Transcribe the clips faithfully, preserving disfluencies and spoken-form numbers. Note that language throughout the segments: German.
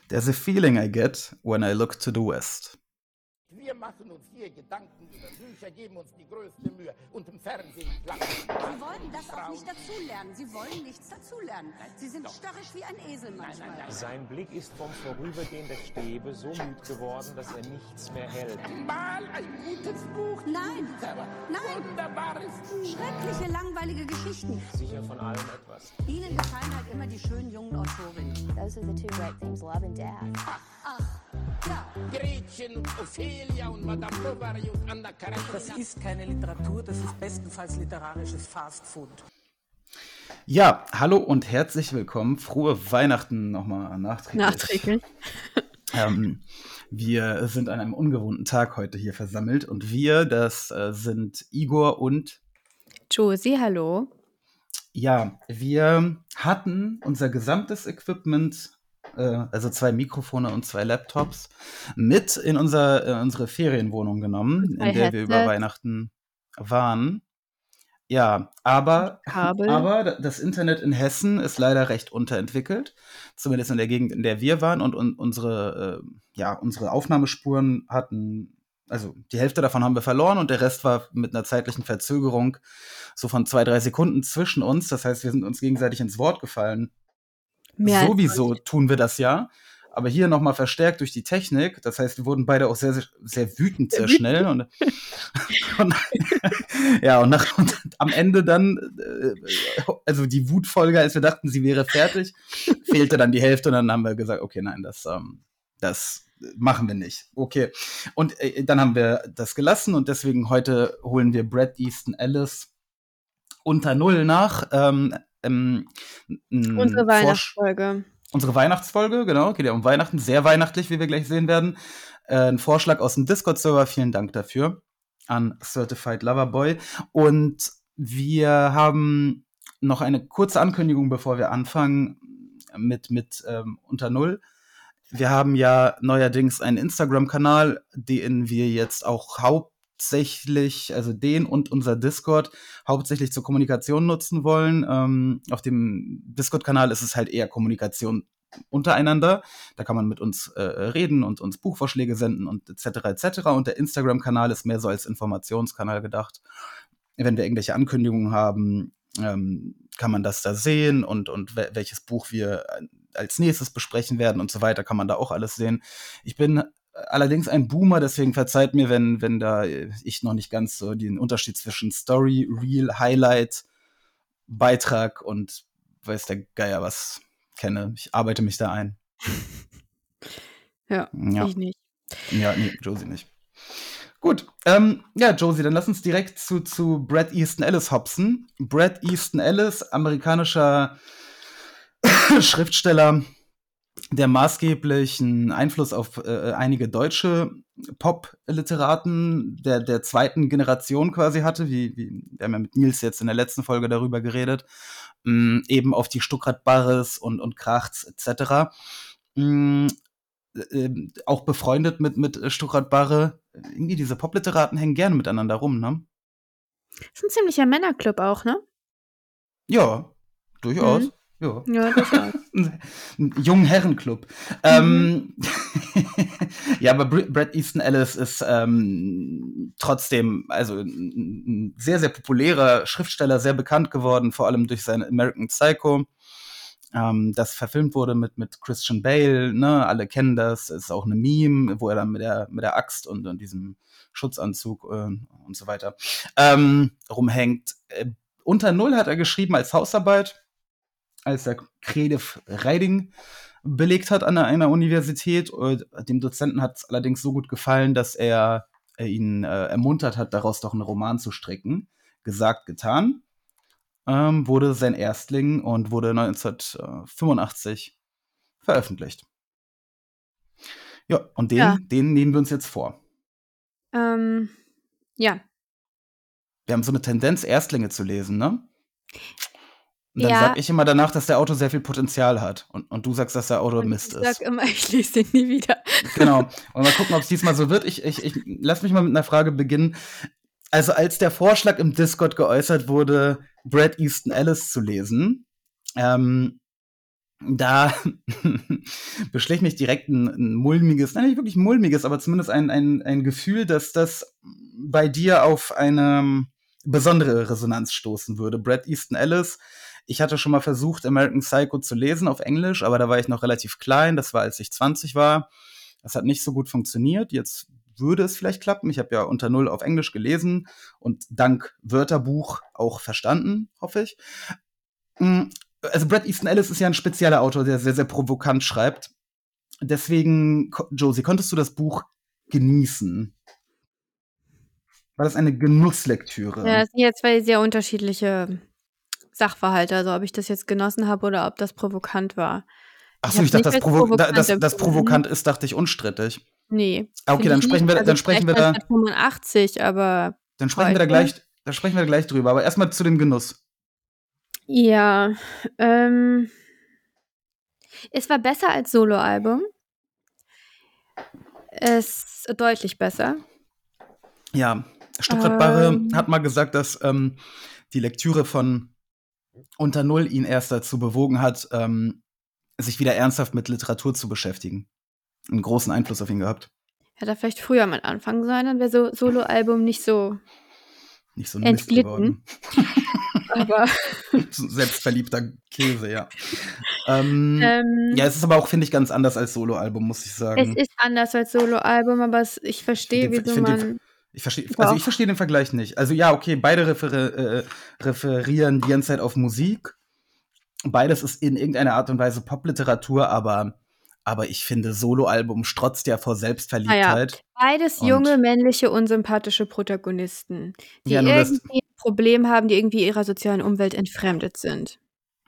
There's a feeling I get when I look to the west. Wir machen uns hier Gedanken über Bücher, geben uns die größte Mühe und im Fernsehen klappen. Sie wollen das auch nicht dazulernen. Sie wollen nichts dazulernen. Sie sind störrisch wie ein Esel manchmal. Nein, nein, nein. Sein Blick ist vom Vorübergehen der Stäbe so müd geworden, dass er nichts mehr hält. Mal ein gutes Buch. Nein, Aber nein. wunderbares Buch. Schreckliche, langweilige Geschichten. Sicher von allem etwas. Ihnen gefallen halt immer die schönen jungen Autorinnen. Those are the two great themes, love and death. Ach, ja. Gretchen und Ophelia und Madame Bovary und Anna Karenina. Das ist keine Literatur, das ist bestenfalls literarisches Fastfood. Ja, hallo und herzlich willkommen. Frohe Weihnachten nochmal nachträglich. Nachträglich. Ähm, wir sind an einem ungewohnten Tag heute hier versammelt und wir, das äh, sind Igor und Josie, hallo. Ja, wir hatten unser gesamtes Equipment, äh, also zwei Mikrofone und zwei Laptops, mit in unser, äh, unsere Ferienwohnung genommen, Zwei in der wir über Headsets. Weihnachten waren. Ja, aber, Kabel. aber da- das Internet in Hessen ist leider recht unterentwickelt, zumindest in der Gegend, in der wir waren. Und, und unsere, äh, ja, unsere Aufnahmespuren hatten, also die Hälfte davon haben wir verloren und der Rest war mit einer zeitlichen Verzögerung so von zwei, drei Sekunden zwischen uns. Das heißt, wir sind uns gegenseitig ins Wort gefallen. Mehr als Sowieso tun wir das ja. Aber hier nochmal verstärkt durch die Technik. Das heißt, wir wurden beide auch sehr, sehr, sehr wütend, sehr schnell. Und, und ja, und, nach, und am Ende dann, äh, also die Wutfolge, als wir dachten, sie wäre fertig, fehlte dann die Hälfte. Und dann haben wir gesagt, okay, nein, das, ähm, das machen wir nicht. Okay. Und äh, dann haben wir das gelassen. Und deswegen heute holen wir Bret Easton Ellis unter Null nach. Ähm, ähm, n- unsere Vorsch- Weihnachtsfolge. Unsere Weihnachtsfolge, genau, geht ja um Weihnachten, sehr weihnachtlich, wie wir gleich sehen werden. Äh, ein Vorschlag aus dem Discord-Server, vielen Dank dafür an Certified Loverboy. Und wir haben noch eine kurze Ankündigung, bevor wir anfangen mit, mit ähm, Unter Null. Wir haben ja neuerdings einen Instagram-Kanal, den wir jetzt auch hauptsächlich, also den und unser Discord, hauptsächlich zur Kommunikation nutzen wollen. Ähm, auf dem Discord-Kanal ist es halt eher Kommunikation untereinander. Da kann man mit uns äh, reden und uns Buchvorschläge senden und et cetera et cetera. Und der Instagram-Kanal ist mehr so als Informationskanal gedacht. Wenn wir irgendwelche Ankündigungen haben, ähm, kann man das da sehen und, und wel- welches Buch wir als nächstes besprechen werden und so weiter, kann man da auch alles sehen. Ich bin allerdings ein Boomer, deswegen verzeiht mir, wenn, wenn da ich noch nicht ganz so den Unterschied zwischen Story, Reel, Highlight, Beitrag und weiß der Geier was kenne. Ich arbeite mich da ein. Ja, Ja, ich nicht. ja, nee, Josie nicht. Gut, ähm, ja, Josie, dann lass uns direkt zu, zu Bret Easton Ellis hopsen. Bret Easton Ellis, amerikanischer Schriftsteller, der maßgeblichen Einfluss auf äh, einige deutsche Pop-Literaten der, der zweiten Generation quasi hatte, wie, wie wir haben ja mit Nils jetzt in der letzten Folge darüber geredet, mh, eben auf die Stuckrad Barres und, und Krachts et cetera. Mh, äh, auch befreundet mit, mit äh, Stuckrad Barre. Irgendwie diese Pop-Literaten hängen gerne miteinander rum, ne? Ist ein ziemlicher Männerclub auch, ne? Ja, durchaus. Mhm. Ja. Ja, durchaus. Ein jungen Herrenclub. Ähm, ja, aber Br- Bret Easton Ellis ist ähm, trotzdem also ein ein sehr, sehr populärer Schriftsteller, sehr bekannt geworden, vor allem durch sein American Psycho, ähm, das verfilmt wurde mit, mit Christian Bale, ne? Alle kennen das, ist auch eine Meme, wo er dann mit der, mit der Axt und, und diesem Schutzanzug äh, und so weiter ähm, rumhängt. Äh, Unter Null hat er geschrieben als Hausarbeit, als er Creative Writing belegt hat an einer Universität. Und dem Dozenten hat es allerdings so gut gefallen, dass er äh, ihn äh, ermuntert hat, daraus doch einen Roman zu stricken. Gesagt, getan. Ähm, wurde sein Erstling und wurde neunzehnhundertfünfundachtzig veröffentlicht. Ja, und den, Ja. den nehmen wir uns jetzt vor. ähm, ja. Wir haben so eine Tendenz, Erstlinge zu lesen, ne? Und dann Ja. sag ich immer danach, dass der Autor sehr viel Potenzial hat. Und, und du sagst, dass der Autor Und Mist ich ist. sag immer, ich lese den nie wieder. Genau. Und mal gucken, ob es diesmal so wird. Ich, ich, ich lass mich mal mit einer Frage beginnen. Also als der Vorschlag im Discord geäußert wurde, Bret Easton Ellis zu lesen, ähm, Da beschleicht mich direkt ein, ein mulmiges, nein, nicht wirklich mulmiges, aber zumindest ein, ein, ein Gefühl, dass das bei dir auf eine besondere Resonanz stoßen würde. Bret Easton Ellis, ich hatte schon mal versucht, American Psycho zu lesen auf Englisch, aber da war ich noch relativ klein, das war, als ich zwanzig war. Das hat nicht so gut funktioniert. Jetzt würde es vielleicht klappen. Ich habe ja unter Null auf Englisch gelesen und dank Wörterbuch auch verstanden, hoffe ich. Mm, Also Bret Easton Ellis ist ja ein spezieller Autor, der sehr, sehr provokant schreibt. Deswegen, Ko- Josie, konntest du das Buch genießen? War das eine Ja, Genusslektüre? es sind ja zwei sehr unterschiedliche Sachverhalte, also ob ich das jetzt genossen habe oder ob das provokant war. Ach Ich so, habe ich es dachte, nicht das, als Provo da, provokant das, das empfunden. provokant ist, dachte ich, unstrittig. Nee, Ah, okay, finde dann ich nicht. sprechen wir, Also dann sprechen vielleicht wir da, neunzehnhundertfünfundachtzig, aber dann sprechen wir da heute? gleich, da sprechen wir da gleich drüber. Aber erstmal zu dem Genuss. Ja, ähm, es war besser als Soloalbum. Es deutlich besser. Ja, Stuckrad Barre Ähm, hat mal gesagt, dass ähm, die Lektüre von Unter Null ihn erst dazu bewogen hat, ähm, sich wieder ernsthaft mit Literatur zu beschäftigen. Einen großen Einfluss auf ihn gehabt. hätte er vielleicht früher mit anfangen sollen, dann wäre so Soloalbum nicht so Nicht so ein Mist entglitten. geworden. Aber So ein selbstverliebter Käse, ja. Ähm, ähm, ja, es ist aber auch, finde ich, ganz anders als Soloalbum, muss ich es sagen. ist anders als Soloalbum, aber es, ich Ich verstehe, finde den, ich wieso find den, man ich verstehe, also ich doch. verstehe den Vergleich nicht. Also ja, okay, beide referi äh, referieren die ganze Zeit auf Musik. Beides ist in irgendeiner Art und Weise Popliteratur, aber, aber ich finde, Soloalbum strotzt ja vor Naja, Selbstverliebtheit. beides junge, Und männliche, unsympathische Protagonisten, die ja, nur das, irgendwie ein Problem haben, die irgendwie ihrer sozialen Umwelt entfremdet sind.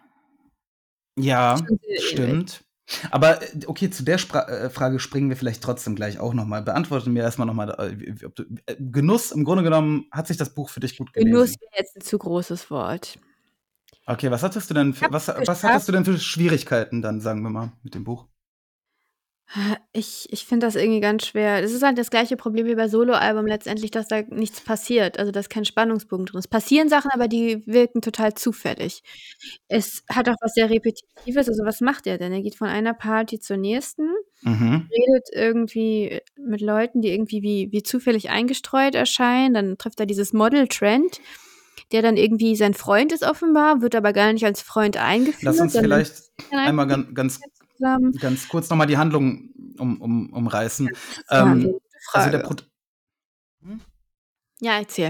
ja, Schon sehr ähnlich. stimmt. Aber äh, okay, zu der Spra äh, Frage springen wir vielleicht trotzdem gleich auch noch mal. Beantworte mir erstmal noch mal, äh, wie- ob du, äh, Genuss, im Grunde genommen, hat sich das Buch für dich gut Genuss gelesen? wäre jetzt ein zu großes Wort. Okay, was hattest du denn Ich für, habe was, es was geschafft. hattest du denn für Schwierigkeiten dann, sagen wir mal, mit dem Buch? Ich ich finde das irgendwie ganz schwer. Das ist halt das gleiche Problem wie bei Soloalbum letztendlich, dass da nichts passiert, also, dass kein Spannungsbogen drin ist. Passieren Sachen, aber die wirken total zufällig. Es hat auch was sehr Repetitives. Also, was macht er denn? Er geht von einer Party zur nächsten, Mhm. redet irgendwie mit Leuten, die irgendwie wie wie zufällig eingestreut erscheinen. Dann trifft er dieses Model Trent, der dann irgendwie sein Freund ist offenbar, wird aber gar nicht als Freund eingeführt, Lass uns sondern vielleicht ziehen dann einfach einmal die ganz, ganz, ganze Zeit zusammen. ganz kurz noch mal die Handlung um, um, umreißen. Ja, Ähm, gute also der Frage. Pro Hm? Ja, erzähl.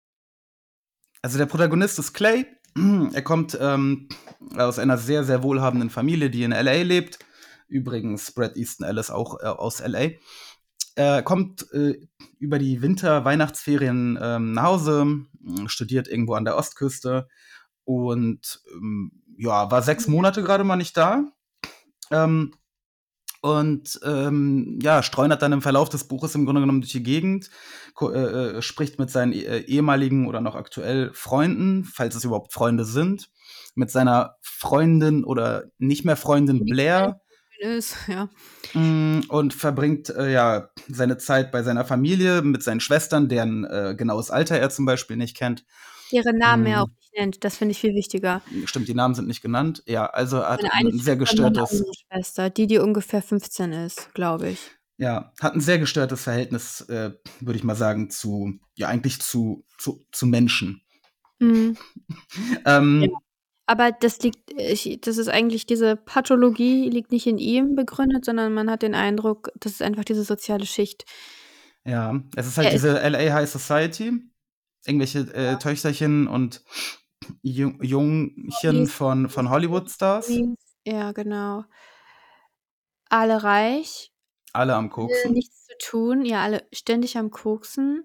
Also der Protagonist ist Clay. Er kommt ähm, aus einer sehr, sehr wohlhabenden Familie, die in L A lebt. Übrigens Bret Easton Ellis auch äh, aus L A. Er kommt äh, über die Winter-Weihnachtsferien ähm, nach Hause, mh, studiert irgendwo an der Ostküste und ähm, ja, war sechs Monate gerade mal nicht da. Ähm, und ähm, ja, streunert dann im Verlauf des Buches im Grunde genommen durch die Gegend, ko- äh, äh, spricht mit seinen äh, ehemaligen oder noch aktuell Freunden, falls es überhaupt Freunde sind, mit seiner Freundin oder nicht mehr Freundin Die Blair ist, ja. mh, und verbringt äh, ja seine Zeit bei seiner Familie mit seinen Schwestern, deren äh, genaues Alter er zum Beispiel nicht kennt. Ihre Namen er auch Mh, nicht nennt, das finde ich viel wichtiger. stimmt, die Namen sind nicht genannt. Ja, also er hat Meine eine ein sehr Schwester und meine gestörtes andere Schwester, die, die ungefähr fünfzehn ist, glaube ich. Ja, hat ein sehr gestörtes Verhältnis, äh, würde ich mal sagen, zu ja, eigentlich zu zu zu Menschen. Mhm. Ja. Ähm, Aber das liegt ich das ist eigentlich diese Pathologie liegt nicht in ihm begründet, sondern man hat den Eindruck, das ist einfach diese soziale Schicht. ja, es ist halt Er ist diese L A High Society, irgendwelche, äh, Töchterchen und Ju Jungchen Promis, von von Hollywood-Stars, Promis, ja, genau. Alle reich, alle am alle Koksen. nichts zu tun, ja, alle ständig am Koksen.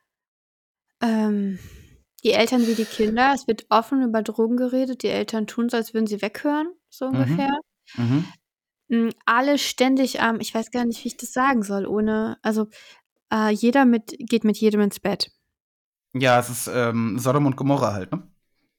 Ähm, die Eltern wie die Kinder. Es wird offen über Drogen geredet. Die Eltern tun so, als würden sie weghören, so ungefähr. Mhm, mhm. Hm, alle ständig am ich weiß gar nicht, wie ich das sagen soll, ohne also, äh, jeder mit geht mit jedem ins Bett. Ja, es ist, ähm, Sodom und Gomorra halt, ne?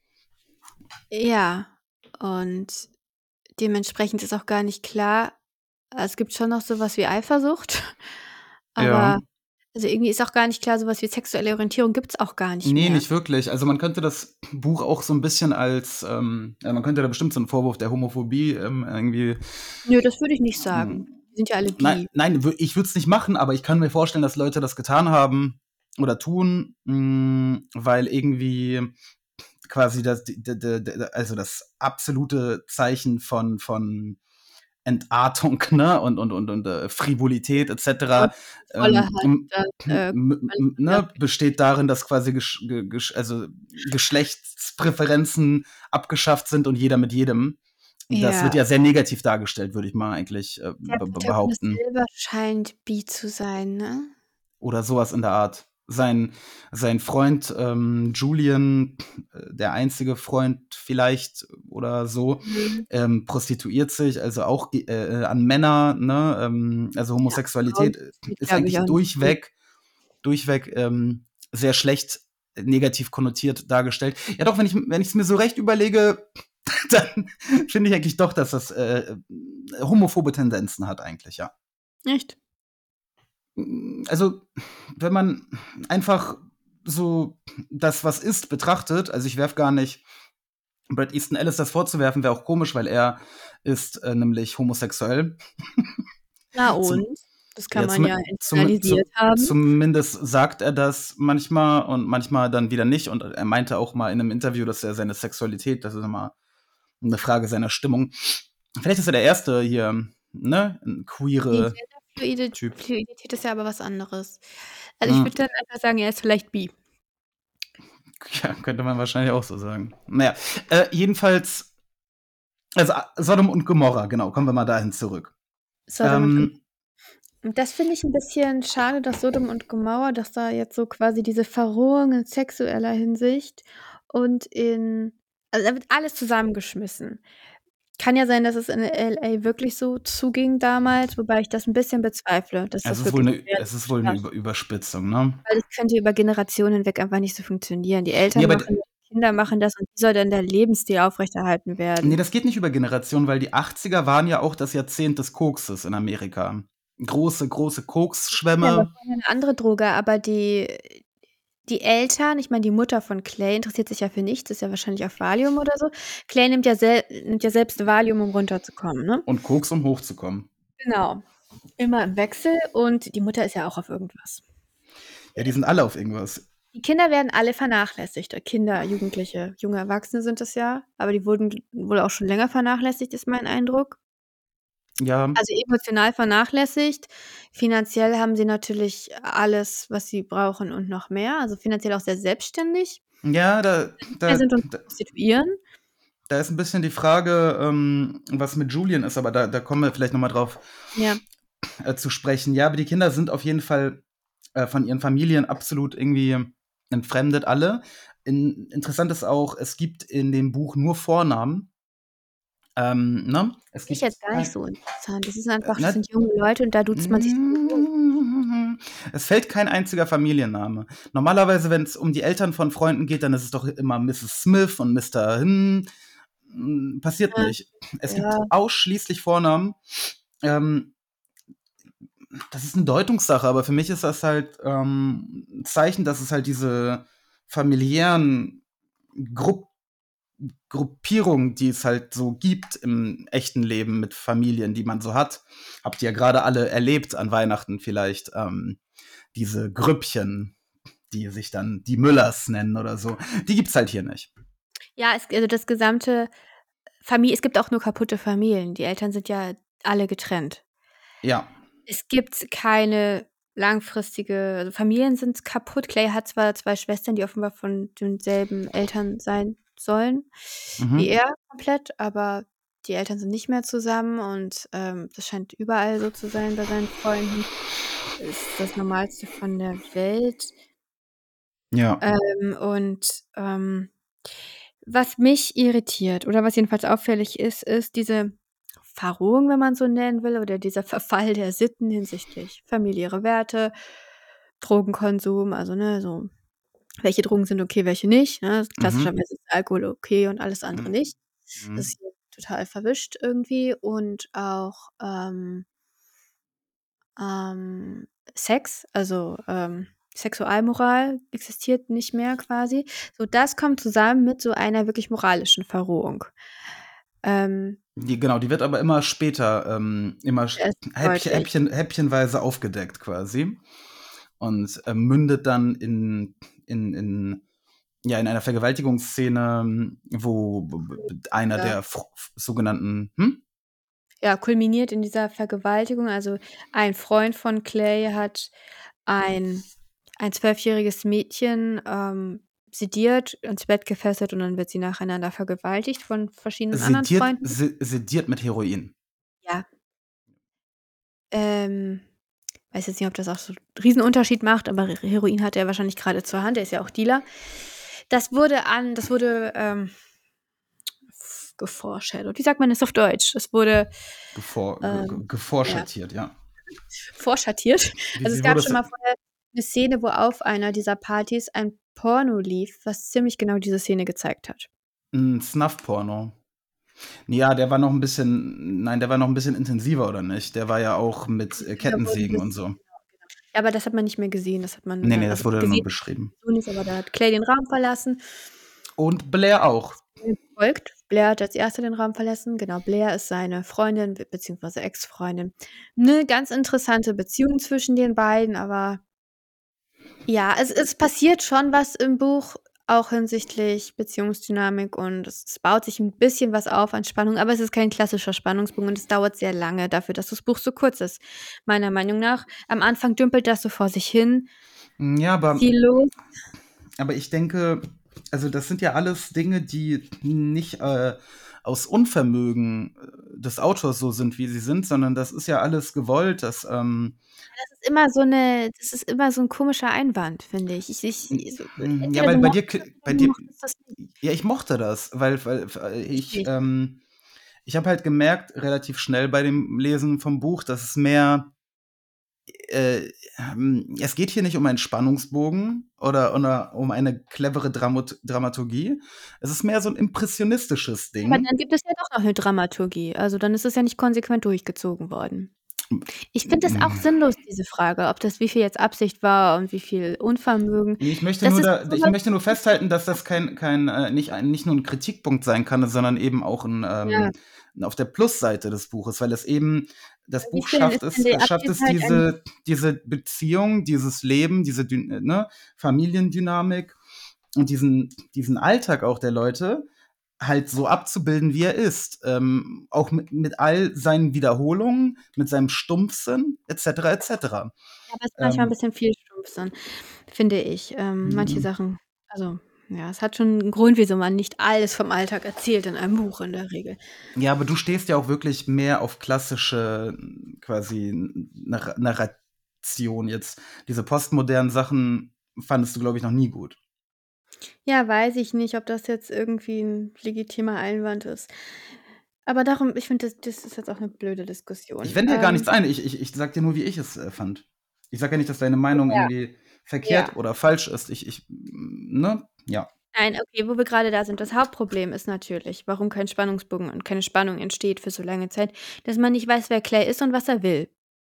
Ja, und dementsprechend ist auch gar nicht klar es gibt schon noch so was wie Eifersucht, Ja. aber Also, irgendwie ist auch gar nicht klar, so was wie sexuelle Orientierung gibt's auch gar nicht Ne, mehr. nicht wirklich. Also, man könnte das Buch auch so 'n bisschen als, ähm ja, man könnte da bestimmt so 'n Vorwurf der Homophobie, ähm, irgendwie Nö, das würde ich nicht sagen. hm, Die sind ja alle nei bi. nein, wü ich würde es nicht machen, aber ich kann mir vorstellen, dass Leute das getan haben oder tun, hm, weil irgendwie quasi das d d d d also, das absolute Zeichen von von Entartung, ne, und und und und, äh, Frivolität et cetera, Kontrolle ähm, hat, m dass, äh, m alles m anders ne, besteht darin, dass quasi gesch ge gesch also, Geschlechtspräferenzen abgeschafft sind und jeder mit jedem. Das wird Ja. ja sehr negativ dargestellt, würde ich mal eigentlich, äh, Der be be Protagonist behaupten. selber scheint bi zu sein, ne? Oder so was in der Art. Sein sein Freund, ähm, Julian, äh, der einzige Freund vielleicht oder so, Mhm. ähm, prostituiert sich, also auch ge äh, äh, an Männer, ne? Ähm, also Ja, Frauen Homosexualität, äh, interessiert, ist glaube ich, auch eigentlich nicht so. durchweg durchweg, ähm, sehr schlecht negativ konnotiert dargestellt. Ja doch, wenn ich wenn ich's mir so recht überlege, dann finde ich eigentlich doch, dass das, äh, homophobe Tendenzen hat eigentlich, ja. Echt? Hm, also, wenn man einfach so das, was ist, betrachtet also, ich werfe gar nicht Bret Easton Ellis das vorzuwerfen, wäre auch komisch, weil er ist, äh, nämlich homosexuell. Na Zum und? Das kann ja, man ja zumin zum internalisiert zu haben. zumindest sagt er das manchmal und manchmal dann wieder nicht. Und er meinte auch mal in 'nem Interview, dass er seine Sexualität das ist immer 'ne Frage seiner Stimmung. Vielleicht ist er der erste hier, ne, Ne, queere Genderfluide Typ. Fluidität ist ja aber was anderes. Also, ich Hm. würde dann einfach sagen, er ist vielleicht bi. Ja, könnte man wahrscheinlich auch so sagen. Na ja, äh, jedenfalls also, a Sodom und Gomorra, genau, kommen wir mal dahin zurück. Sodom und Gom Ähm und das finde ich 'n bisschen schade, dass Sodom und Gomorra dass da jetzt so quasi diese Verrohung in sexueller Hinsicht und in also, da wird alles zusammengeschmissen. Kann ja sein, dass es in L.A. wirklich so zuging damals, wobei ich das 'n bisschen bezweifle, dass Es das ist wohl wirklich 'ne es ist realistisch wohl 'ne Über darstellt. Überspitzung, ne? Weil das könnte über Generationen hinweg einfach nicht so funktionieren. Die Ne, Eltern aber d machen das, die Kinder machen das und wie soll denn der Lebensstil aufrechterhalten Ne, werden? das geht nicht über Generationen, weil die Achtziger waren ja auch das Jahrzehnt des Kokses in Amerika. Große, große Ja, aber Koksschwämme. vorher 'ne andere Droge, aber die die Eltern ich meine, die Mutter von Clay interessiert sich ja für nichts, ist ja wahrscheinlich auf Valium oder so. Clay nimmt ja sel nimmt ja selbst Valium, um runterzukommen, ne? Und Koks, um hochzukommen. Genau. Immer im Wechsel und die Mutter ist ja auch auf irgendwas. Ja, die sind alle auf irgendwas. Die Kinder werden alle vernachlässigt. Äh, Kinder, Jugendliche, junge Erwachsene sind es ja, aber die wurden wohl auch schon länger vernachlässigt, ist mein Eindruck. Ja. Also, emotional vernachlässigt. Finanziell haben sie natürlich alles, was sie brauchen und noch mehr, also, finanziell auch sehr selbstständig. Ja, da Nicht mehr da sind, um da zu prostituieren. da ist 'n bisschen die Frage, ähm, was mit Julian ist, aber da da kommen wir vielleicht noch mal drauf, Ja. äh, zu sprechen. Ja, aber die Kinder sind auf jeden Fall, äh, von ihren Familien absolut irgendwie entfremdet alle. In interessant ist auch, es gibt in dem Buch nur Vornamen. Ähm, ne? Es Finde ich gibt jetzt gar nicht kein so interessant. Das ist äh, einfach das ne sind junge Leute und da duzt man sich sowieso. Es fällt kein einziger Familienname. Normalerweise, wenn's um die Eltern von Freunden geht, dann ist es doch immer Misses Smith und Mister hm, hm, passiert Ja, nicht. Es gibt ja. ausschließlich Vornamen. Ähm das ist 'ne Deutungssache, aber für mich ist das halt, ähm, 'n Zeichen, dass es halt diese familiären Grupp Gruppierungen, die es halt so gibt im echten Leben mit Familien, die man so hat. Habt ihr ja grade alle erlebt an Weihnachten vielleicht, ähm, diese Grüppchen, die sich dann die Müllers nennen oder so. Die gibt's halt hier nicht. Ja, es also, das gesamte Famil es gibt auch nur kaputte Familien. Die Eltern sind ja alle getrennt. Ja. Es gibt keine langfristige also, Familien sind kaputt. Clay hat zwar zwei Schwestern, die offenbar von denselben Eltern sein sollen wie Mhm. er komplett, aber die Eltern sind nicht mehr zusammen und, ähm, das scheint überall so zu sein bei seinen Freunden. Ist das Normalste von der Welt. Ja. Ähm, und, ähm, was mich irritiert oder was jedenfalls auffällig ist, ist diese Verrohung, wenn man so nennen will, oder dieser Verfall der Sitten hinsichtlich familiäre Werte, Drogenkonsum, also, ne, so welche Drogen sind okay, welche nicht, ne? Mhm. Klassischerweise ist Alkohol okay und alles andere Mhm. nicht. Das Mhm. ist hier total verwischt irgendwie und auch, ähm ähm, Sex, also ähm, Sexualmoral existiert nicht mehr quasi. So, das kommt zusammen mit so einer wirklich moralischen Verrohung. Ähm, Die, genau, die wird aber immer später, ähm, immer sch- erst Häppchen, deutlich. Häppchen, häppchenweise aufgedeckt quasi und ähm, mündet dann in, in, in, ja, in einer Vergewaltigungsszene, wo einer Ja. der fr- sogenannten, hm? Ja, kulminiert in dieser Vergewaltigung. Also ein Freund von Clay hat ein ein zwölfjähriges Mädchen ähm, sediert, ins Bett gefesselt und dann wird sie nacheinander vergewaltigt von verschiedenen anderen Sediert, Freunden. se- sediert mit Heroin. Ja. Ähm, weiß jetzt nicht, ob das auch so 'n Riesenunterschied macht, aber Re Heroin hat er wahrscheinlich gerade zur Hand. Er ist ja auch Dealer. Das wurde an das wurde, ähm, f geforeshadowed. Wie sagt man das auf Deutsch? Es wurde, Gefor, ge, ge, ähm, ja, geforschattiert, ja. vorschattiert. Wie, Also, es wie gab wurde schon es? mal vorher 'ne Szene, wo auf einer dieser Partys ein Porno lief, was ziemlich genau diese Szene gezeigt hat. Ein Snuff-Porno. Ja, der war noch ein bisschen, nein, der war noch ein bisschen intensiver, oder nicht? Der war ja auch mit äh, Da wurden Kettensägen bis und so. genau, genau. Ja, aber das hat man nicht mehr gesehen. Das hat man nur Nee, nee, dann das also, wurde nur gesehen beschrieben. so nicht, aber da hat Clay den Raum verlassen. Und Blair auch. Blair folgt. Blair hat als Erster den Raum verlassen. Genau, Blair ist seine Freundin be beziehungsweise Ex-Freundin. 'Ne ganz interessante Beziehung zwischen den beiden, aber ja, es es passiert schon was im Buch, auch hinsichtlich Beziehungsdynamik und es es baut sich 'n bisschen was auf an Spannung, aber es ist kein klassischer Spannungsbogen und es dauert sehr lange dafür, dass das Buch so kurz ist, meiner Meinung nach. Am Anfang dümpelt das so vor sich hin, Hm, ja, aber ziellos. aber ich denke, also das sind ja alles Dinge, die nicht äh, aus Unvermögen äh, des Autors so sind, wie sie sind, sondern das ist ja alles gewollt, dass ähm, Das ist immer so 'ne das ist immer so 'n komischer Einwand, finde ich. Ich ich so hm, ja, entweder weil du bei dir, mochtest das kl- bei oder du dir, mochtest das nicht. ja, ich mochte das, weil, weil weil Ich ich, nicht. ähm, ich habe halt gemerkt, relativ schnell bei dem Lesen vom Buch, dass es mehr äh, ähm, es geht hier nicht um einen Spannungsbogen oder, oder um eine clevere Dramot Dramaturgie. Es ist mehr so ein impressionistisches Aber Ding. dann gibt es ja doch noch 'ne Dramaturgie. Also, dann ist es ja nicht konsequent durchgezogen worden. Ich finde das auch sinnlos, diese Frage, ob das wie viel jetzt Absicht war und wie viel Unvermögen. Nee, ich möchte Das nur ist da, so ich was möchte nur festhalten, dass das kein, kein äh, nicht, ein, nicht nur ein Kritikpunkt sein kann, sondern eben auch ein, ja. ähm, auf der Plusseite des Buches, weil es eben, das Wie Buch viel schafft ist denn es, die es schafft es, Abwesenheit eines diese, diese Beziehung, dieses Leben, diese Dyn ne, Familiendynamik und diesen, diesen Alltag auch der Leute halt so abzubilden, wie er ist. Ähm, auch mit, mit all seinen Wiederholungen, mit seinem Stumpfsinn, et cetera, et cetera. ja, aber es ist manchmal 'n Ähm, bisschen viel Stumpfsinn, finde ich. Ähm, manche hm, Sachen also, ja, es hat schon 'n Grund, wieso man nicht alles vom Alltag erzählt in einem Buch in der Regel. ja, aber du stehst ja auch wirklich mehr auf klassische n- quasi n- Narra Narration jetzt. Diese postmodernen Sachen fandest du, glaube ich, noch nie gut. Ja, weiß ich nicht, ob das jetzt irgendwie 'n legitimer Einwand ist. Aber darum ich finde, das das ist jetzt auch 'ne blöde Ich Diskussion. wende dir gar nichts Ähm, ein. Ich, ich, ich sag dir nur, wie ich es äh, fand. Ich sag ja nicht, dass deine Meinung ja, irgendwie ja. verkehrt oder falsch ist. Ich, ich, ne? Ja. Nein, okay, wo wir grade da sind. Das Hauptproblem ist natürlich, warum kein Spannungsbogen und keine Spannung entsteht für so lange Zeit, dass man nicht weiß, wer Clay ist und was er will.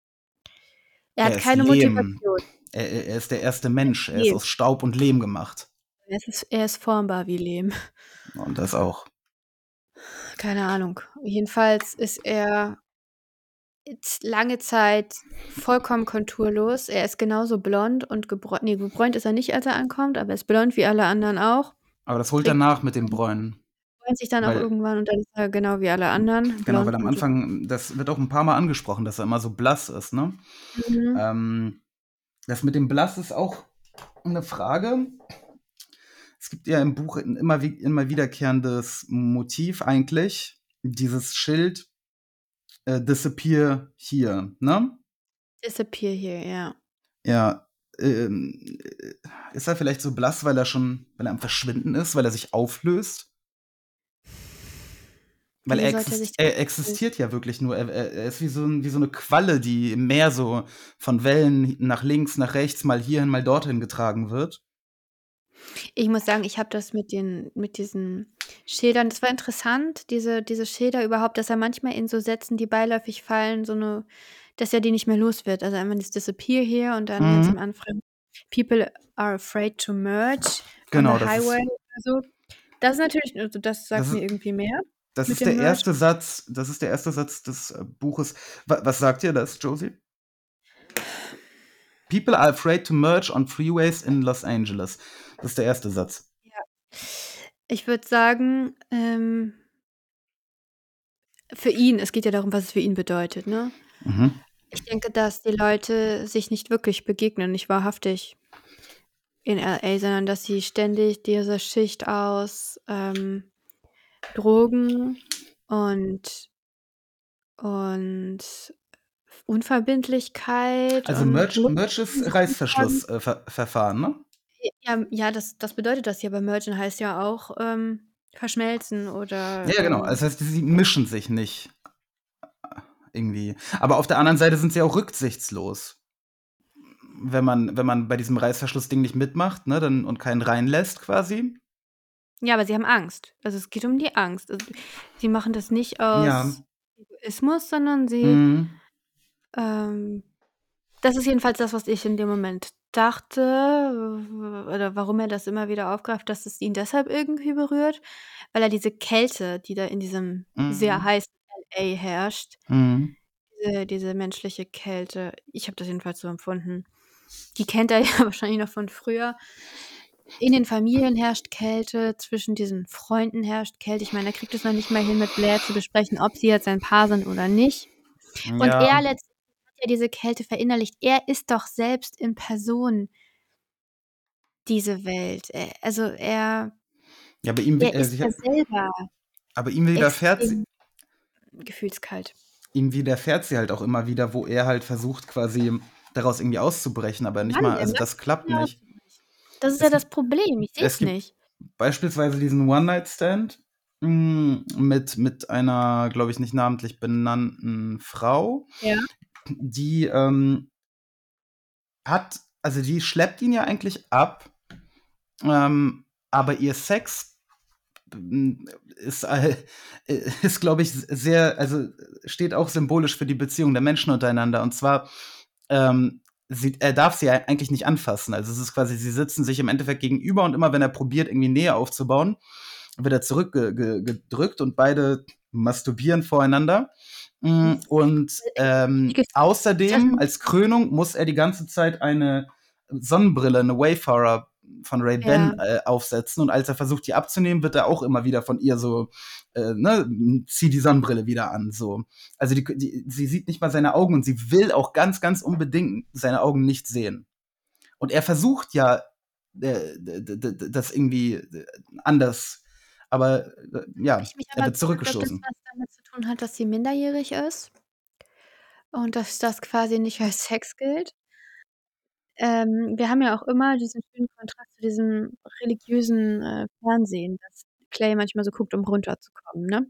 Er Er hat ist keine Lehm. Motivation. Er, er er ist der erste Mensch. Er ist Ne, aus Staub und Lehm gemacht. er ist er ist formbar wie Lehm. Und das auch. Keine Ahnung. Jedenfalls ist er jetzt lange Zeit vollkommen konturlos. Er ist genauso blond und gebräu ne, gebräunt ist er nicht, als er ankommt, aber er ist blond wie alle anderen auch, Aber das holt er trägt nach mit dem Bräunen. bräunt sich dann auch Weil, irgendwann und dann ist er genau wie alle anderen, genau, weil blond am und Anfang, das wird auch ein paar Mal angesprochen, dass er immer so blass ist, ne? mhm. Ähm, das mit dem Blass ist auch eine Frage. Es gibt ja im Buch ein immer, wie, immer wiederkehrendes Motiv eigentlich. Dieses Schild äh, Disappear here, ne? Disappear here, ja. Ja. Ähm, äh, ist er vielleicht so blass, weil er schon, weil er am Verschwinden ist, weil er sich auflöst? Weil Wieso er, sollte er sich exist denn er existiert ja wirklich nur. Er, er, er ist wie so, ein, wie so eine Qualle, die im Meer so von Wellen nach links, nach rechts, mal hierhin, mal dorthin getragen wird. Ich muss sagen, ich habe das mit den mit diesen Schildern das war interessant, diese diese Schilder überhaupt, dass er manchmal in so Sätzen, die beiläufig fallen, so 'ne dass er die nicht mehr los wird. Also einmal das Disappear hier und dann ganz am Mhm. Anfang People are afraid to merge on Genau, the das highway ist oder so. Das ist natürlich also das sagt das mir ist irgendwie mehr das mit ist dem der Merge. erste Satz das ist der erste Satz des, äh, Buches. Wa was sagt dir das, Josie? People are afraid to merge on freeways in Los Angeles. Das ist der erste Satz. Ja. Ich würde sagen, ähm für ihn, es geht ja darum, was es für ihn bedeutet, ne? Mhm. Ich denke, dass die Leute sich nicht wirklich begegnen, nicht wahrhaftig in L A, sondern dass sie ständig diese Schicht aus, ähm, Drogen und und Unverbindlichkeit Also und Merge Lust Merge in ist sich rumtragen. Reißverschluss äh, Ver Verfahren, ne? Ja, ja, das das bedeutet das ja, aber mergen heißt ja auch, ähm, verschmelzen oder, Ja, ja, genau. ähm Das heißt, sie mischen sich nicht irgendwie. Aber auf der anderen Seite sind sie auch rücksichtslos. Wenn man wenn man bei diesem Reißverschluss-Ding nicht mitmacht, ne, dann und keinen reinlässt quasi. Ja, aber sie haben Angst. Also, es geht um die Angst. Also, sie machen das nicht Ja. aus Egoismus, sondern sie Mhm. ähm, das ist jedenfalls das, was ich in dem Moment dachte, w oder warum er das immer wieder aufgreift, dass es ihn deshalb irgendwie berührt, weil er diese Kälte, die da in diesem sehr Mhm. heißen L A herrscht, Mhm. diese diese menschliche Kälte, ich habe das jedenfalls so empfunden. Die kennt er ja wahrscheinlich noch von früher. In den Familien herrscht Kälte, zwischen diesen Freunden herrscht Kälte. Ich meine, er kriegt es noch nicht mal hin, mit Blair zu besprechen, ob sie jetzt ein Paar sind oder nicht. Und Ja. er letztendlich hat ja diese Kälte verinnerlicht. Er ist doch selbst in Person diese Welt. Äh, also er Ja, bei ihm wi er äh, ist sicher ja selber aber ihm widerfährt sie extrem gefühlskalt. ihm widerfährt sie halt auch immer wieder, wo er halt versucht, quasi daraus irgendwie auszubrechen, aber nicht Mann, mal er also macht das klappt nicht nicht. auszubrechen. Das ist ja Es das gibt Problem. Ich sehe es es gibt nicht. beispielsweise diesen One-Night-Stand, hm, mit mit einer, glaube ich, nicht namentlich benannten Frau, Ja. die, ähm hat also die schleppt ihn ja eigentlich ab, ähm, aber ihr Sex, hm, ist, äh, ist, glaube ich, s sehr also steht auch symbolisch für die Beziehung der Menschen untereinander. Und zwar, ähm, sie er darf sie ja eigentlich nicht anfassen. Also, es ist quasi sie sitzen sich im Endeffekt gegenüber und immer wenn er probiert, irgendwie Nähe aufzubauen, wird er zurückge ge gedrückt und beide masturbieren voreinander. Hm, und, ähm, außerdem als Krönung muss er die ganze Zeit eine Sonnenbrille, 'ne Wayfarer von Ja. Ray-Ban, äh, aufsetzen und als er versucht, die abzunehmen, wird er auch immer wieder von ihr so, äh, ne: „Zieh die Sonnenbrille wieder an“, so. Also, die k die sie sieht nicht mal seine Augen und sie will auch ganz, ganz unbedingt seine Augen nicht sehen. Und er versucht ja, äh, d d d das irgendwie, äh, anders, aber, äh, Frage ja, ich mich er aber wird gefragt, ob das zurückgestoßen. was damit zu tun hat, dass sie minderjährig ist und dass das quasi nicht als Sex gilt? Ähm, wir haben ja auch immer diesen schönen Kontrast zu diesem religiösen, äh, Fernsehen, das Clay manchmal so guckt, um runterzukommen, ne?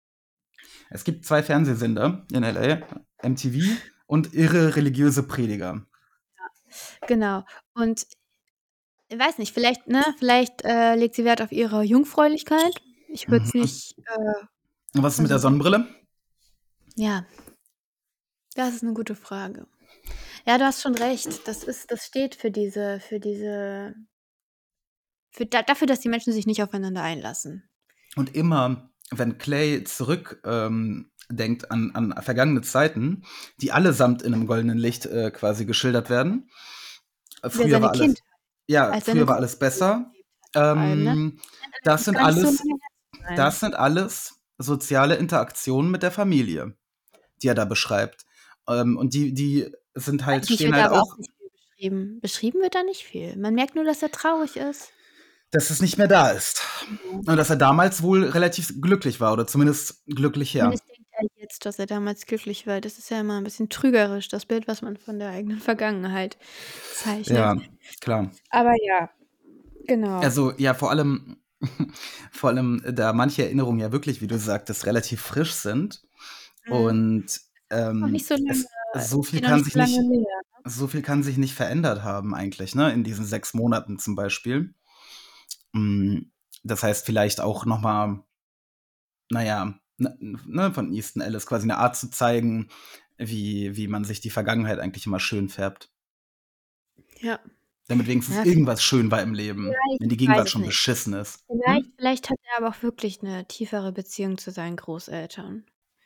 Es gibt zwei Fernsehsender in L A, M T V und irre religiöse Prediger. Ja, genau. Und ich weiß nicht, vielleicht ne, vielleicht, äh, legt sie Wert auf ihre Jungfräulichkeit. Ich würde es Mhm. nicht, äh Und was ist mit der also Sonnenbrille? Ja. Das ist 'ne gute Frage. Ja, du hast schon recht. Das ist das steht für diese für diese für da dafür, dass die Menschen sich nicht aufeinander einlassen. Und immer, wenn Clay zurück, ähm, denkt an an vergangene Zeiten, die allesamt in 'nem goldenen Licht, äh, quasi geschildert werden. Äh, Über früher seine war alles Kindheit, ja, als seine früher war alles Großeltern besser. gelebt hat vor allem, ne? Ähm, Scheint das allerdings sind gar nicht so alles lange her zu sein. das sind alles soziale Interaktionen mit der Familie, die er da beschreibt. Ähm, und die die sind Weiß halt ich nicht, stehen wird da halt aber auch auch nicht viel beschrieben. Beschrieben wird da nicht viel. Man merkt nur, dass er traurig ist. dass es nicht mehr da ist. Genau. Und dass er damals wohl relativ glücklich war oder zumindest glücklicher. Zumindest denkt er jetzt, dass er damals glücklich war. Das ist ja immer 'n bisschen trügerisch, das Bild, was man von der eigenen Vergangenheit zeichnet. Ja, klar. Aber ja, genau. Also, ja, vor allem vor allem, da manche Erinnerungen ja wirklich, wie du sagtest, relativ frisch sind Mhm. und, Noch nicht ähm, so lange es so viel steht noch kann nicht sich so lange nicht her, ne? so viel kann sich nicht verändert haben eigentlich, ne, in diesen sechs Monaten zum Beispiel. Hm, das heißt vielleicht auch noch mal na ja, ne ne, von Easton Ellis quasi 'ne Art zu zeigen, wie, wie man sich die Vergangenheit eigentlich immer schön färbt. Ja. Damit wenigstens Ja, irgendwas schön war im Leben, vielleicht, wenn die ich Gegenwart weiß es schon nicht. beschissen ist. Vielleicht, Hm? vielleicht hat er aber auch wirklich eine tiefere Beziehung zu seinen Großeltern.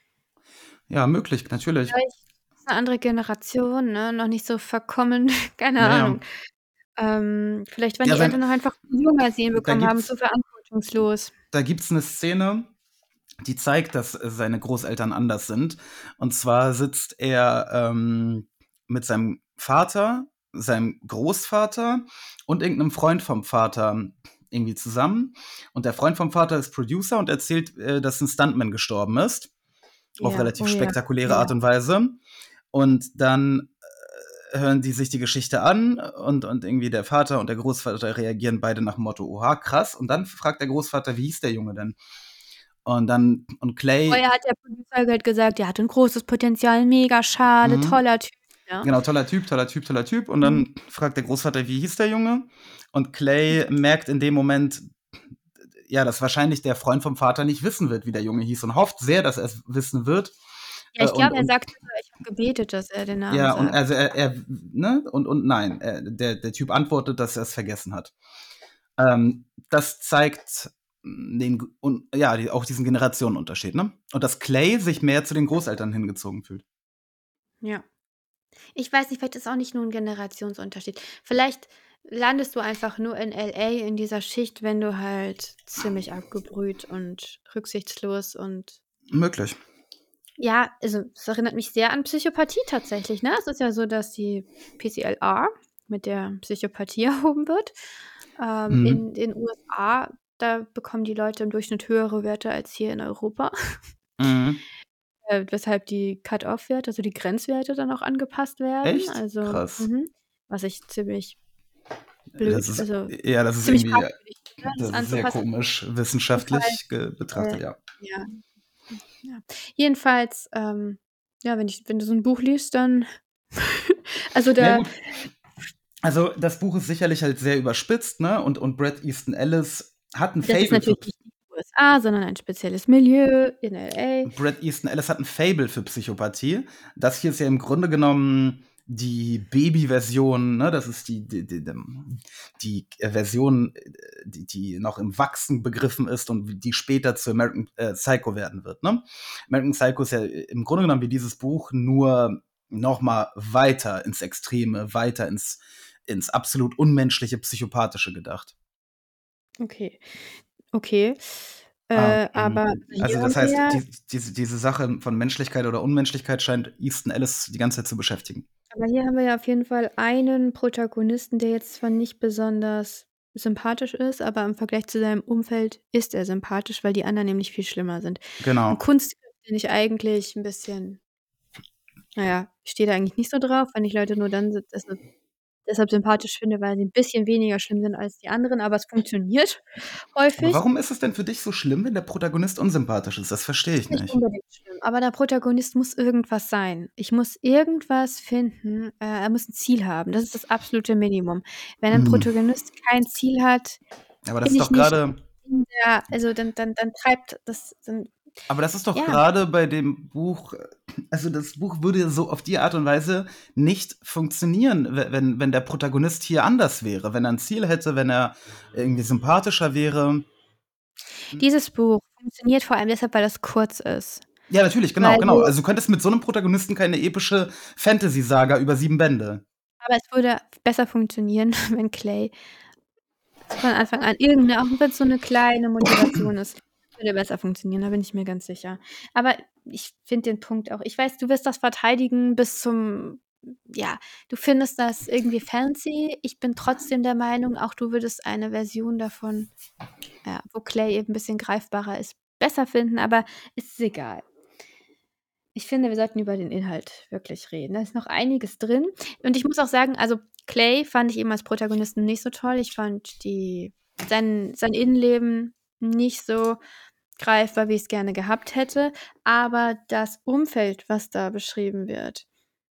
Ja, möglich, natürlich. Vielleicht ist es eine andere Generation, ne? Noch nicht so verkommen, keine Ja, Ahnung. ja. Ähm, vielleicht waren Ja, die Eltern sein, noch einfach zu jung, als sie ihn da bekommen haben, zu gibt's, verantwortungslos. da gibt's eine Szene, die zeigt, dass äh, seine Großeltern anders sind. Und zwar sitzt er ähm, mit seinem Vater, seinem Großvater und irgendeinem Freund vom Vater irgendwie zusammen. Und der Freund vom Vater ist Producer und erzählt, äh, dass ein Stuntman gestorben ist. Auf Ja, relativ oh ja, spektakuläre ja. Art und Weise. Und dann äh, hören die sich die Geschichte an und, und irgendwie der Vater und der Großvater reagieren beide nach dem Motto, oha, krass. Und dann fragt der Großvater, wie hieß der Junge denn? Und dann, und Clay, Vorher hat der Producer halt gesagt, der hat ein großes Potenzial, mega schade, mhm, toller Typ, ja. genau, toller Typ, toller Typ, toller Typ. Und Mhm. dann fragt der Großvater, wie hieß der Junge? Und Clay merkt in dem Moment, ja, dass wahrscheinlich der Freund vom Vater nicht wissen wird, wie der Junge hieß und hofft sehr, dass er es wissen wird. Ja, Äh, ich und, glaube, er und sagt sogar, ich habe gebetet, dass er den Namen ja, und sagt. also er, er ne, und, und nein, er, der, der Typ antwortet, dass er es vergessen hat. Ähm, das zeigt den, und, ja, die, auch diesen Generationenunterschied, ne? Und dass Clay sich mehr zu den Großeltern hingezogen fühlt. Ja. Ich weiß nicht, vielleicht ist auch nicht nur ein Generationsunterschied. Vielleicht landest du einfach nur in L A in dieser Schicht, wenn du halt ziemlich abgebrüht und rücksichtslos und Möglich. ja, also es erinnert mich sehr an Psychopathie tatsächlich, ne? Es ist ja so, dass die P C L R mit der Psychopathie erhoben wird. Ähm, Mhm. in den U S A, da bekommen die Leute im Durchschnitt höhere Werte als hier in Europa. Mhm. Äh, weshalb die Cut-off-Werte, also die Grenzwerte dann auch angepasst werden. Echt? Also, Krass. mhm, was ich ziemlich Das blöd, ist, also ja, das ist ziemlich irgendwie, fragwürdig finde, das das ist sehr anzupassen. komisch, Jedenfalls, wissenschaftlich ge- äh, betrachtet, ja. ja, ja. Jedenfalls, ähm, ja, wenn ich wenn du so ein Buch liest, dann also Na ja, da gut. Also, das Buch ist sicherlich halt sehr überspitzt, ne? Und, und Bret Easton Ellis hat ein das ist Fable für natürlich nicht die U S A, sondern ein spezielles Milieu in L A. Bret Easton Ellis hat ein Fable für Psychopathie. Das hier ist ja im Grunde genommen die Baby-Version, ne? Das ist die, die, die, die Version, die, die noch im Wachsen begriffen ist und die später zu American äh, Psycho werden wird, ne? American Psycho ist ja im Grunde genommen wie dieses Buch, nur noch mal weiter ins Extreme, weiter ins, ins absolut unmenschliche, psychopathische gedacht. Okay, okay. Ähm, Äh, aber hier also haben das wir heißt, ja die, diese, diese Sache von Menschlichkeit oder Unmenschlichkeit scheint Easton Ellis die ganze Zeit zu beschäftigen. aber hier haben wir ja auf jeden Fall einen Protagonisten, der jetzt zwar nicht besonders sympathisch ist, aber im Vergleich zu seinem Umfeld ist er sympathisch, weil die anderen nämlich viel schlimmer sind. 'N Genau. Kunstgriff, den ich eigentlich 'n bisschen naja, ich stehe da eigentlich nicht so drauf, wenn ich Leute nur dann si deshalb deshalb sympathisch finde, weil sie 'n bisschen weniger schlimm sind als die anderen, aber es funktioniert Aber häufig. warum ist es denn für dich so schlimm, wenn der Protagonist unsympathisch ist? Das verstehe ich Ist nicht nicht. unbedingt schlimm, aber der Protagonist muss irgendwas sein. Ich muss irgendwas finden, äh, er muss 'n Ziel haben. Das ist das absolute Minimum. Wenn ein Hm. Protagonist kein Ziel hat, Aber das bin ist ich doch nicht gerade. in der also dann dann dann treibt das dann Aber das ist doch ja. gerade bei dem Buch, also das Buch würde so auf die Art und Weise nicht funktionieren, we- wenn, wenn der Protagonist hier anders wäre, wenn er ein Ziel hätte, wenn er irgendwie sympathischer wäre. Dieses Buch funktioniert vor allem deshalb, weil es kurz ist. Ja, natürlich, genau, Weil genau. du Also du könntest mit so einem Protagonisten keine epische Fantasy-Saga über sieben Bände. aber es würde besser funktionieren, wenn Clay von Anfang an irgend 'ne auch wenn's so 'ne kleine Motivation ist, würde besser funktionieren, da bin ich mir ganz sicher. Aber ich finde den Punkt auch ich weiß, du wirst das verteidigen bis zum ja, du findest das irgendwie fancy. Ich bin trotzdem der Meinung, auch du würdest eine Version davon, ja, wo Clay eben 'n bisschen greifbarer ist, besser finden, aber es ist egal. Ich finde, wir sollten über den Inhalt wirklich reden. Da ist noch einiges drin. Und ich muss auch sagen, also Clay fand ich eben als Protagonisten nicht so toll. Ich fand die sein sein Innenleben nicht so greifbar, wie ich's gerne gehabt hätte. Aber das Umfeld, was da beschrieben wird,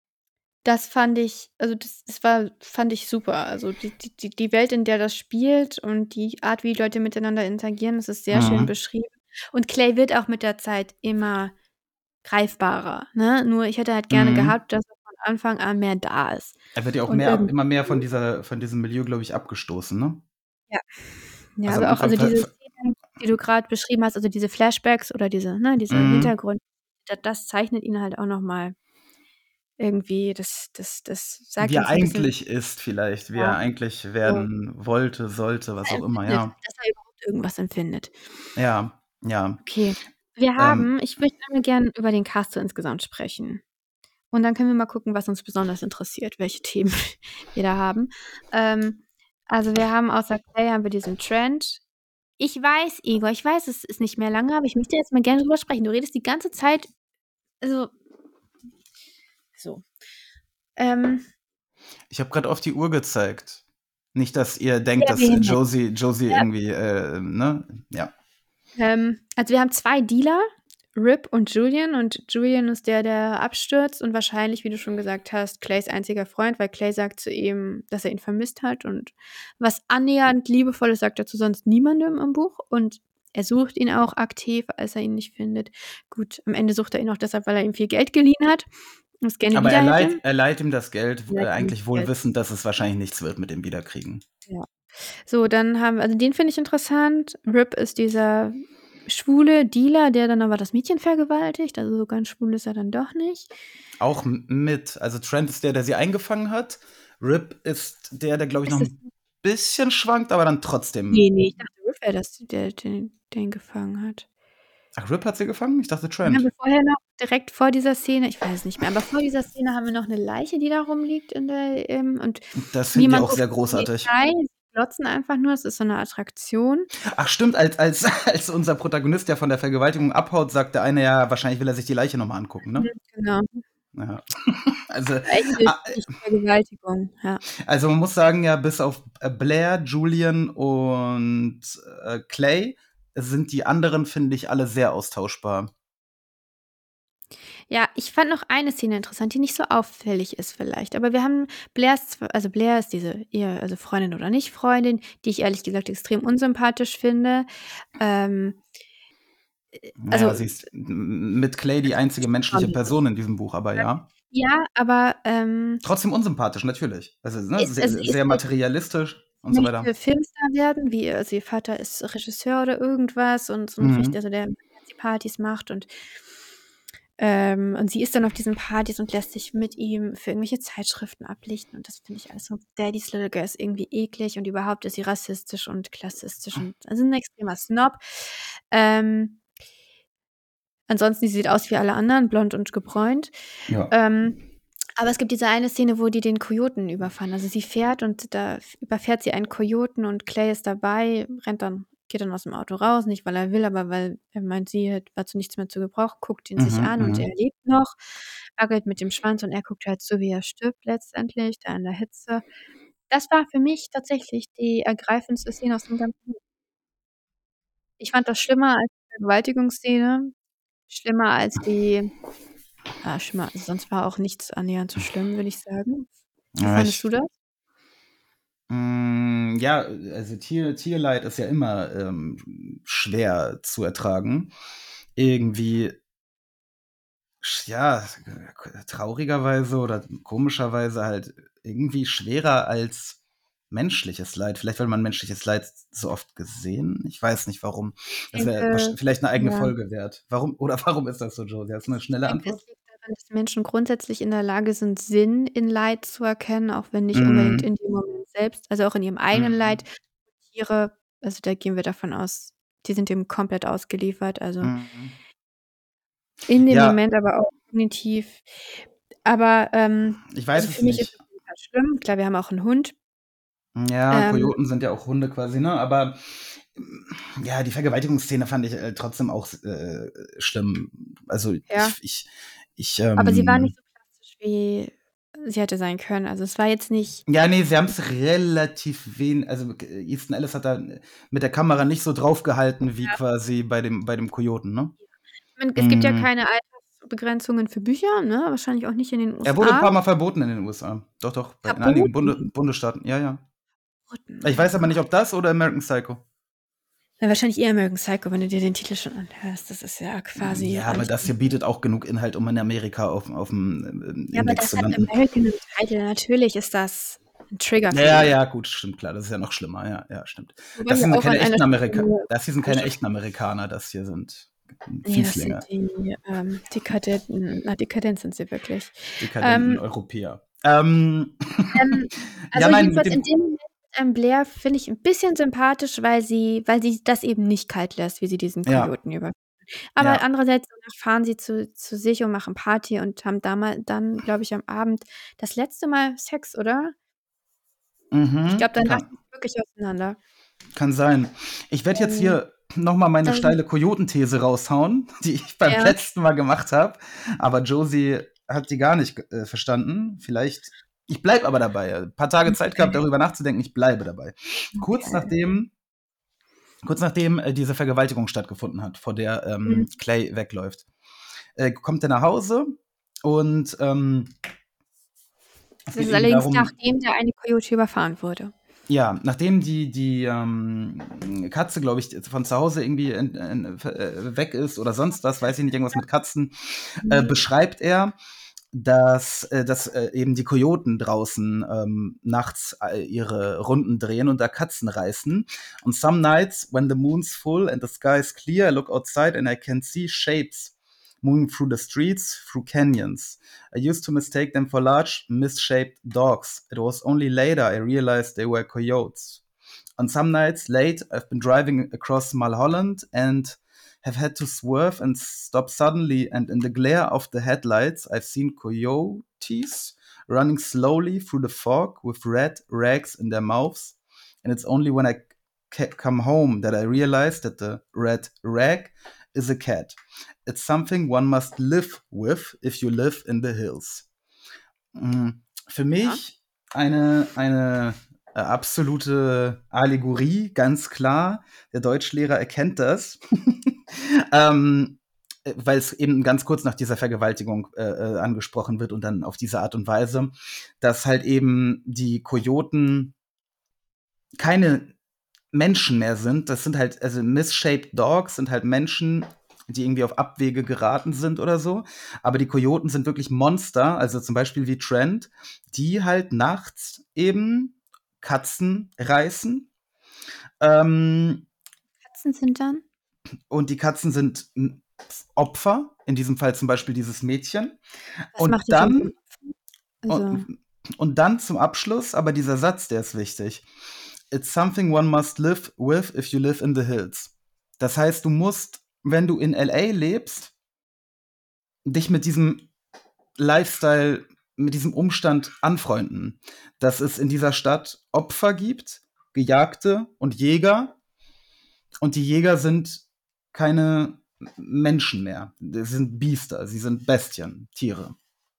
das fand ich also das das war fand ich super. Also die die die die Welt, in der das spielt und die Art, wie die Leute miteinander interagieren, das ist sehr schön Mhm. beschrieben. Und Clay wird auch mit der Zeit immer greifbarer, ne? Nur ich hätte halt gerne Mhm. gehabt, dass er von Anfang an mehr da ist. Er wird ja auch Und mehr ab, irgendwie immer mehr von dieser, von diesem Milieu, glaube ich, abgestoßen, ne? Ja. Ja, Also am aber auch Anfang also ver, diese ver, Szene, die du grad beschrieben hast, also diese Flashbacks oder diese ne, diese mhm. Hintergrund, da das zeichnet ihn halt auch noch mal irgendwie das das das sagt Wie er uns 'n bisschen eigentlich ist vielleicht, wie ja, er eigentlich so, werden wollte, sollte, was was er auch immer, empfindet, ja. dass er überhaupt irgendwas empfindet. Ja, ja. Okay. Wir Ähm, haben ich möchte einmal gern über den Cast so insgesamt sprechen. Und dann können wir mal gucken, was uns besonders interessiert, welche Themen wir da haben. Ähm, also wir haben außer Clay haben wir diesen Trent. Ich weiß, Igor, ich weiß, es ist nicht mehr lange, aber ich möchte jetzt mal gerne drüber sprechen. Du redest die ganze Zeit also so. Ähm, Ich habe gerade auf die Uhr gezeigt. Nicht, dass ihr denkt, sehr dass behindert. Josie, Josie Ja. irgendwie, äh, ne? Ja. Ähm, also wir haben zwei Dealer, Rip und Julian. Und Julian ist der, der abstürzt und wahrscheinlich, wie du schon gesagt hast, Clays einziger Freund, weil Clay sagt zu ihm, dass er ihn vermisst hat. Und was annähernd Liebevolles sagt er zu sonst niemandem im Buch. Und er sucht ihn auch aktiv, als er ihn nicht findet. Gut, am Ende sucht er ihn auch deshalb, weil er ihm viel Geld geliehen hat und es gerne Aber wieder er hätte. leiht, er leiht ihm das Geld, Er äh, leiht ihm eigentlich das wohl Geld. wissend, dass es wahrscheinlich nichts wird mit dem Wiederkriegen. Ja. So, dann haben wir, also den finde ich interessant. Rip ist dieser schwule Dealer, der dann aber das Mädchen vergewaltigt. Also so ganz schwul ist er dann doch nicht. Auch m- mit, also Trent ist der, der sie eingefangen hat. Rip ist der, der, glaube ich, Ist noch das ein bisschen schwankt, aber dann trotzdem. nee, nee, ich dachte, Rip wäre das, der den, den gefangen hat. Ach, Rip hat sie gefangen? Ich dachte Dann haben Trent. wir vorher noch direkt vor dieser Szene, ich weiß nicht mehr, aber vor dieser Szene haben wir noch eine Leiche, die da rumliegt in der ähm, und Das finden die niemand auch ruft sehr die großartig. Polizei. Sie glotzen einfach nur. Es ist so eine Attraktion. Ach stimmt, als, als, als unser Protagonist ja von der Vergewaltigung abhaut, sagt der eine ja, wahrscheinlich will er sich die Leiche nochmal angucken, ne? Genau. Ja. Also, Echte ah, echte Vergewaltigung, ja. also man muss sagen, ja, bis auf äh, Blair, Julian und äh, Clay sind die anderen, finde ich, alle sehr austauschbar. Ja, ich fand noch eine Szene interessant, die nicht so auffällig ist vielleicht. Aber wir haben Blairs, zw- also Blair ist diese ehe, also Freundin oder nicht Freundin, die ich ehrlich gesagt extrem unsympathisch finde. Ähm, Naja, also sie ist m- mit Clay die einzige menschliche Person in diesem Buch, aber ja. ja, aber ähm, Trotzdem unsympathisch, natürlich. Also, ne, ist, sehr, also sie ist sehr halt, materialistisch und sie so möchte weiter. Filmstar werden, wie also ihr Vater ist Regisseur oder irgendwas und so ein richtig, Mhm. also der Partys macht und Ähm, und sie ist dann auf diesen Partys und lässt sich mit ihm für irgendwelche Zeitschriften ablichten. Und das finde ich alles so, Daddy's Little Girl ist irgendwie eklig und überhaupt ist sie rassistisch und klassistisch und also ein extremer Snob. Ähm, ansonsten, sie sieht aus wie alle anderen, blond und gebräunt. Ja. Ähm, aber es gibt diese eine Szene, wo die den Kojoten überfahren. Also sie fährt und da f- überfährt sie einen Kojoten und Clay ist dabei, rennt dann, geht dann aus dem Auto raus, nicht weil er will, aber weil er meint, sie hat, war zu nichts mehr zu gebrauchen, guckt ihn sich Mhm, an und mhm. er lebt noch, wackelt mit dem Schwanz und er guckt halt so, wie er stirbt letztendlich, da in der Hitze. Das war für mich tatsächlich die ergreifendste Szene aus dem ganzen Buch. Ich fand das schlimmer als die Vergewaltigungsszene, schlimmer als die, ah, schlimmer, also sonst war auch nichts annähernd so schlimm, würde ich sagen. Wie Ja, fandest ich, du das? mm, ja, also Tier, Tierleid ist ja immer ähm, schwer zu ertragen. Irgendwie, sch- ja, traurigerweise oder komischerweise halt irgendwie schwerer als menschliches Leid. Vielleicht, weil man menschliches Leid so oft gesehen. Ich weiß nicht warum. Ich Das wäre denke, vielleicht eine eigene ja, Folge wert. Warum oder warum ist das so, Josie? Hast du eine ich schnelle denke, Antwort? es liegt daran, dass Menschen grundsätzlich in der Lage sind, Sinn in Leid zu erkennen, auch wenn nicht unbedingt Mhm. in dem Moment selbst, also auch in ihrem eigenen Leid. Mhm. Tiere, also da gehen wir davon aus, die sind dem komplett ausgeliefert, also Mhm. in dem Ja, Moment, aber auch kognitiv. Aber ähm, ich also weiß es für mich ist nicht. es total schlimm. Klar, wir haben auch einen Hund. Ja, Ähm, Kojoten sind ja auch Hunde quasi, ne? Aber mm, ja, die Vergewaltigungsszene fand ich äh, trotzdem auch äh, schlimm. Also ja, ich, ich, ich, aber sie war nicht ähm, so plastisch, wie sie hätte sein können. Also es war jetzt nicht, ja, nee, sie haben es relativ wenig, also äh, Easton Ellis hat da mit der Kamera nicht so draufgehalten wie ja. quasi bei dem, bei dem Kojoten, ne? Ich meine, es gibt ja Mm. keine Altersbegrenzungen für Bücher, ne? Wahrscheinlich auch nicht in den Er wurde ein U S A. paar Mal verboten in den U S A. Doch, doch, bei, in einigen Bunde, Verboten. Bundesstaaten, ja, ja. Verboten. Ich Oh weiß aber nicht, Gott. ob das oder American Psycho. Ja, wahrscheinlich eher American Psycho, wenn du dir den Titel schon anhörst. Das ist ja quasi. Ja, aber das hier bietet auch genug Inhalt, um in Amerika auf, auf dem Ja, aber Index das zu hat landen. American im Titel. Natürlich ist das ein Trigger für Ja, ihn. ja, gut, stimmt, klar. Das ist ja noch schlimmer. Ja, ja, stimmt. Wobei Das wir sind auch keine an einer echten Amerikaner. Stelle- Das hier sind keine echten Amerikaner. Das hier sind Nee, das Fieslinge, sind die ähm, Dekadenten. Na, dekadent sind sie wirklich. dekadenten Ähm, Europäer. Ähm, ähm, also ja, nein, mit jedenfalls dem, in dem Moment mit ähm, Blair finde ich ein bisschen sympathisch, weil sie, weil sie das eben nicht kalt lässt, wie sie diesen Ja. Kojoten über. Aber Ja. andererseits danach fahren sie zu, zu sich und machen Party und haben damals dann, glaube ich, am Abend das letzte Mal Sex, oder? Mhm, Ich glaube, danach kann, sind sie wirklich auseinander. kann sein. Ich werde jetzt Ähm, hier nochmal meine dann- steile Kojotenthese raushauen, die ich beim Ja. letzten Mal gemacht habe. Aber Josie hat die gar nicht äh, verstanden. Vielleicht. Ich bleibe aber dabei. Ein paar Tage Zeit gehabt, darüber nachzudenken. Ich bleibe dabei. Kurz nachdem, kurz nachdem äh, diese Vergewaltigung stattgefunden hat, vor der ähm, Mhm. Clay wegläuft, äh, kommt er nach Hause und ähm, es Das geht ist irgendwie allerdings darum, nachdem der eine Kojote überfahren wurde. ja, nachdem die, die ähm, Katze, glaube ich, von zu Hause irgendwie in, in, äh, weg ist oder sonst was, weiß ich nicht, irgendwas mit Katzen, äh, beschreibt er, dass, äh, dass äh, eben die Kojoten draußen ähm, nachts äh, ihre Runden drehen und da Katzen reißen. Und some nights, when the moon's full and the sky is clear, I look outside and I can see shapes moving through the streets, through canyons. I used to mistake them for large, misshaped dogs. It was only later I realized they were coyotes. On some nights late, I've been driving across Mulholland and have had to swerve and stop suddenly, and in the glare of the headlights, I've seen coyotes running slowly through the fog with red rags in their mouths. And it's only when I ca- come home that I realize that the red rag is a cat. It's something one must live with if you live in the hills. Mm, Für mich eine, eine äh, absolute Allegorie, ganz klar. Der Deutschlehrer erkennt das. ähm, äh, weil es eben ganz kurz nach dieser Vergewaltigung äh, äh, angesprochen wird und dann auf diese Art und Weise, dass halt eben die Kojoten keine Menschen mehr sind. Das sind halt, also misshaped Dogs sind halt Menschen, die irgendwie auf Abwege geraten sind oder so. Aber die Kojoten sind wirklich Monster, also zum Beispiel wie Trent, die halt nachts eben Katzen reißen. Ähm, Katzen sind dann? und die Katzen sind m, Opfer, in diesem Fall zum Beispiel dieses Mädchen. Was Und macht die dann, zum Also, und, und dann zum Abschluss, aber dieser Satz, der ist wichtig. It's something one must live with if you live in the hills. Das heißt, du musst, wenn du in L A lebst, dich mit diesem Lifestyle, mit diesem Umstand anfreunden, dass es in dieser Stadt Opfer gibt, Gejagte und Jäger. Und die Jäger sind keine Menschen mehr. Sie sind Biester, sie sind Bestien, Tiere.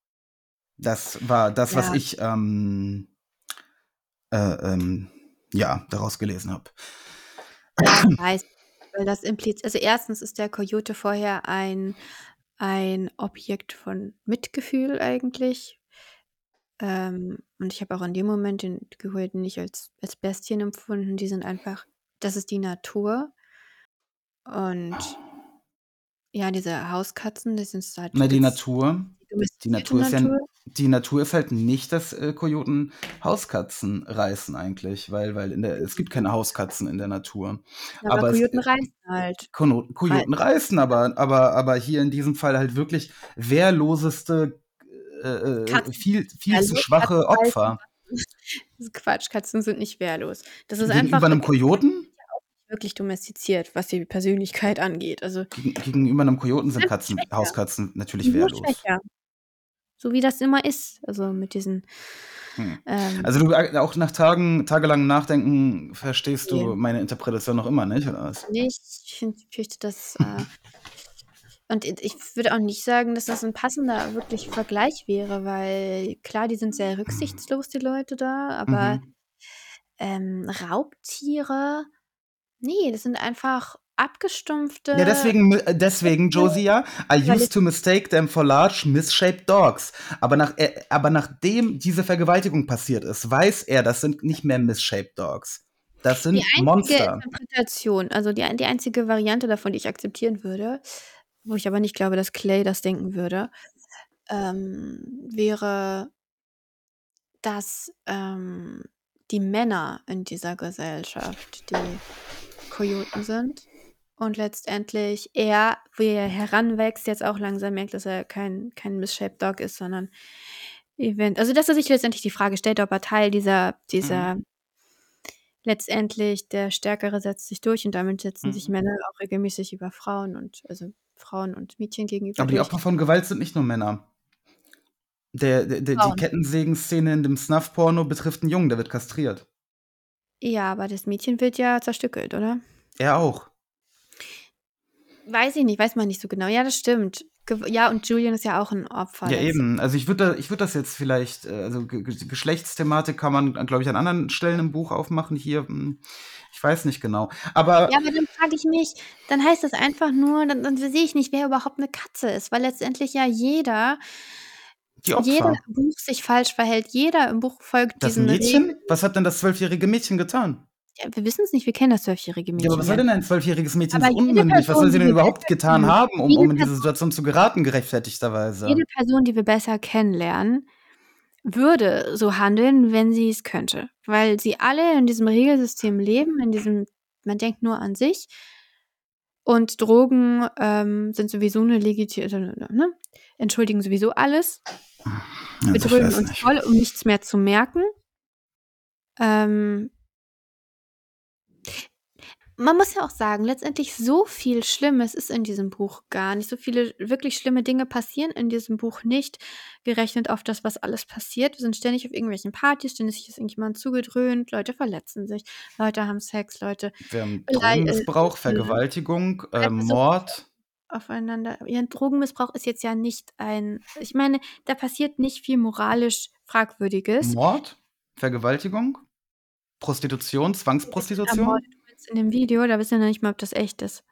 Das war das, was Ja. ich ähm, äh, ähm, ja, daraus gelesen habe. ja, ich weiß, weil das impliziert, also erstens ist der Coyote vorher ein, ein Objekt von Mitgefühl eigentlich. Ähm, und ich habe auch in dem Moment den Coyoten nicht als, als Bestien empfunden. Die sind einfach, das ist die Natur. Und ja, diese Hauskatzen, das sind halt Na, die jetzt Natur, die die domestizierte Natur ist ja, Natur. die Natur ist halt nicht, dass äh, Kojoten Hauskatzen reißen eigentlich, weil, weil in der, es gibt keine Hauskatzen in der Natur. Ja, aber Aber es, Kojoten reißen halt. Kono- Kojoten reißen, aber, aber, aber hier in diesem Fall halt wirklich wehrloseste, äh, äh, Katzen. viel, viel Hallo, zu schwache Katzen reißen. Opfer. Das ist Quatsch, Katzen sind nicht wehrlos. Das ist Gegenüber einfach einem Kojoten? wirklich domestiziert, was die Persönlichkeit angeht. Also Gegen, gegenüber einem Kojoten sind Sind Katzen, schwächer. Hauskatzen natürlich nur wehrlos. schwächer. So wie das immer ist. Also mit diesen. Hm. Ähm, Also du äh, auch nach Tagen, tagelangem Nachdenken verstehst Nee. du meine Interpretation noch immer nicht, oder was? nee, ich find, fürchte, dass. Äh, und ich würde auch nicht sagen, dass das ein passender wirklich Vergleich wäre, weil klar, die sind sehr rücksichtslos, die Leute da, aber Mhm. ähm, Raubtiere, nee, das sind einfach abgestumpfte. Ja, deswegen, äh, deswegen, Josia, I Weil used ich- to mistake them for large, misshaped dogs. Aber, nach, äh, aber nachdem diese Vergewaltigung passiert ist, weiß er, das sind nicht mehr misshaped dogs. Das Die sind einzige Monster. Interpretation, also die, die einzige Variante davon, die ich akzeptieren würde, wo ich aber nicht glaube, dass Clay das denken würde, ähm, wäre, dass ähm, die Männer in dieser Gesellschaft die Kojoten sind und letztendlich er, wie er heranwächst, jetzt auch langsam merkt, dass er kein, kein Misshaped Dog ist, sondern Event. Also dass er sich letztendlich die Frage stellt, ob er Teil dieser, dieser Mhm. letztendlich der Stärkere setzt sich durch und damit setzen sich Mhm. Männer auch regelmäßig über Frauen und also Frauen und Mädchen gegenüber Aber die durch. Opfer von Gewalt sind nicht nur Männer. Der, der, der, die Frauen. Kettensägen-Szene in dem Snuff-Porno betrifft einen Jungen, der wird kastriert. Ja, aber das Mädchen wird ja zerstückelt, oder? Er auch. Weiß ich nicht, weiß man nicht so genau. Ja, das stimmt. Ge- Ja, und Julian ist ja auch ein Opfer. Ja, letzt- eben. Also ich würde da, ich würd das jetzt vielleicht, äh, also Ge Ge- Geschlechtsthematik kann man, glaube ich, an anderen Stellen im Buch aufmachen. Hier, hm, ich weiß nicht genau. Aber Ja, aber dann frage ich mich, dann heißt das einfach nur, dann, dann sehe ich nicht, wer überhaupt eine Katze ist, weil letztendlich ja jeder, die jeder Opfer. im Buch sich falsch verhält, jeder im Buch folgt Das diesen Regeln. Mädchen? Was hat denn das zwölfjährige Mädchen getan? Ja, wir wissen es nicht, wir kennen das zwölfjährige Ja, aber Mädchen was ja soll denn nicht. ein zwölfjähriges Mädchen Aber so jede unmündig? Was soll Person, sie die denn wir überhaupt besser getan kennen, haben, um, jede um in diese Person, Situation zu geraten, gerechtfertigterweise? jede Person, die wir besser kennenlernen, würde so handeln, wenn sie es könnte. Weil sie alle in diesem Regelsystem leben, in diesem, man denkt nur an sich. Und Drogen ähm, sind sowieso eine legitime, ne? Entschuldigen sowieso alles. Wir Also ich drögen weiß uns nicht. voll, um nichts mehr zu merken. Ähm, man muss ja auch sagen, letztendlich so viel Schlimmes ist in diesem Buch gar nicht. So viele wirklich schlimme Dinge passieren in diesem Buch nicht, gerechnet auf das, was alles passiert. Wir sind ständig auf irgendwelchen Partys, ständig ist irgendjemand zugedröhnt, Leute verletzen sich, Leute haben Sex, Leute Wir haben belei- äh, Drogenmissbrauch, äh, Vergewaltigung, äh, Leute so Mord. aufeinander. Ja, Drogenmissbrauch ist jetzt ja nicht ein. Ich meine, da passiert nicht viel moralisch Fragwürdiges. Mord? Vergewaltigung? Prostitution? Ermordet Zwangsprostitution? du meinst in dem Video, da wissen wir noch nicht mal, ob das echt ist.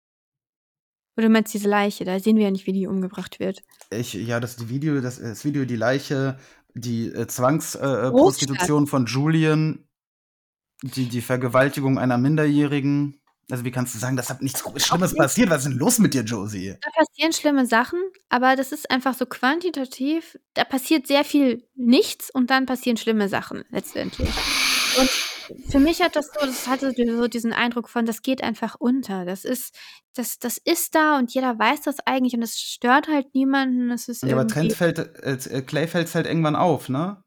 Oder du meinst diese Leiche, da sehen wir ja nicht, wie die umgebracht wird. Ich, ja, das die Video, das, das Video, die Leiche, die äh, Großstadt. Zwangsprostitution von Julian, die, die Vergewaltigung einer Minderjährigen. Also wie kannst du sagen, das hat nichts Schlimmes nicht. passiert? Was ist denn los mit dir, Josie? Da passieren schlimme Sachen, aber das ist einfach so quantitativ. Da passiert sehr viel nichts und dann passieren schlimme Sachen letztendlich. Und für mich hat das so, das hatte so diesen Eindruck von, das geht einfach unter. Das ist, das, das ist da und jeder weiß das eigentlich und es stört halt niemanden. Es ist Ja, aber irgendwie. Trent fällt, äh, Clay fällt halt irgendwann auf, ne?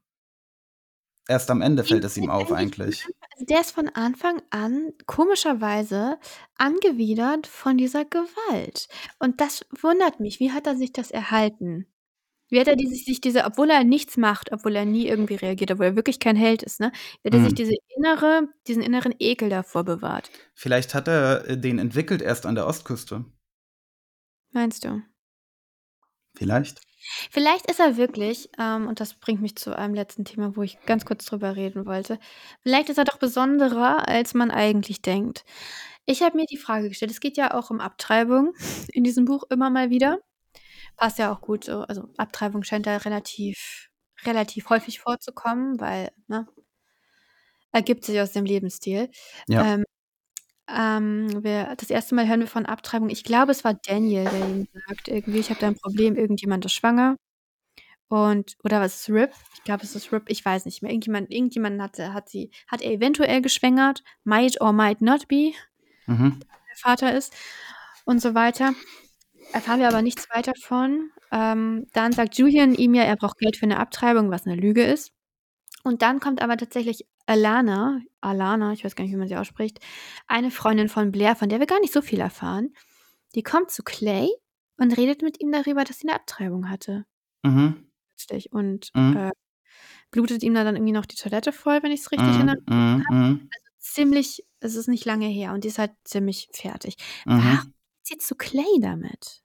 Erst am Ende fällt es ihm auf, eigentlich. Also der ist von Anfang an komischerweise angewidert von dieser Gewalt. Und das wundert mich. Wie hat er sich das erhalten? Wie hat er die, sich, sich diese, obwohl er nichts macht, obwohl er nie irgendwie reagiert, obwohl er wirklich kein Held ist, ne? Wie hat er sich Hm. diese innere, diesen inneren Ekel davor bewahrt? Vielleicht hat er äh, den entwickelt erst an der Ostküste. Meinst du? Vielleicht. Vielleicht ist er wirklich, ähm, und das bringt mich zu einem letzten Thema, wo ich ganz kurz drüber reden wollte, vielleicht ist er doch besonderer, als man eigentlich denkt. Ich habe mir die Frage gestellt, es geht ja auch um Abtreibung in diesem Buch immer mal wieder. Passt ja auch gut so, also Abtreibung scheint da relativ, relativ häufig vorzukommen, weil, ne, ergibt sich aus dem Lebensstil. Ja. Ähm, ähm, wir, das erste Mal hören wir von Abtreibung. Ich glaube, es war Daniel, der ihm sagt, irgendwie, ich habe da ein Problem, irgendjemand ist schwanger. Und, oder was ist Rip? Ich glaube, es ist Rip, ich weiß nicht mehr. Irgendjemand, irgendjemand hat, hat sie, hat er eventuell geschwängert, might or might not be, Mhm. der Vater ist und so weiter. Erfahren wir aber nichts weiter von. Ähm, dann sagt Julian ihm ja, er braucht Geld für eine Abtreibung, was eine Lüge ist. Und dann kommt aber tatsächlich Alana, Alana, ich weiß gar nicht, wie man sie ausspricht, eine Freundin von Blair, von der wir gar nicht so viel erfahren. Die kommt zu Clay und redet mit ihm darüber, dass sie eine Abtreibung hatte. Mhm. Plötzlich. Und Mhm. äh, blutet ihm da dann irgendwie noch die Toilette voll, wenn ich es richtig Mhm. erinnere. Mhm. Mhm. Also ziemlich, es ist nicht lange her und die ist halt ziemlich fertig. Mhm. Warum geht sie zu Clay damit?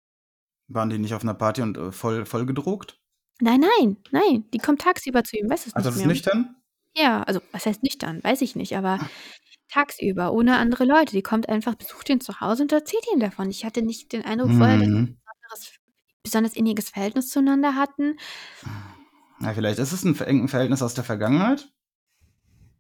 Waren die nicht auf einer Party und äh, voll, voll gedruckt? Nein, nein, nein. Die kommt tagsüber zu ihm, weiß es Also nicht das ist mehr. nüchtern? Ja, also was heißt nüchtern, weiß ich nicht, aber tagsüber, ohne andere Leute. Die kommt einfach, besucht ihn zu Hause und erzählt ihm davon. Ich hatte nicht den Eindruck vorher, dass sie ein Mhm. besonderes, besonders inniges Verhältnis zueinander hatten. Ja, vielleicht ist es ein, ver- ein Verhältnis aus der Vergangenheit.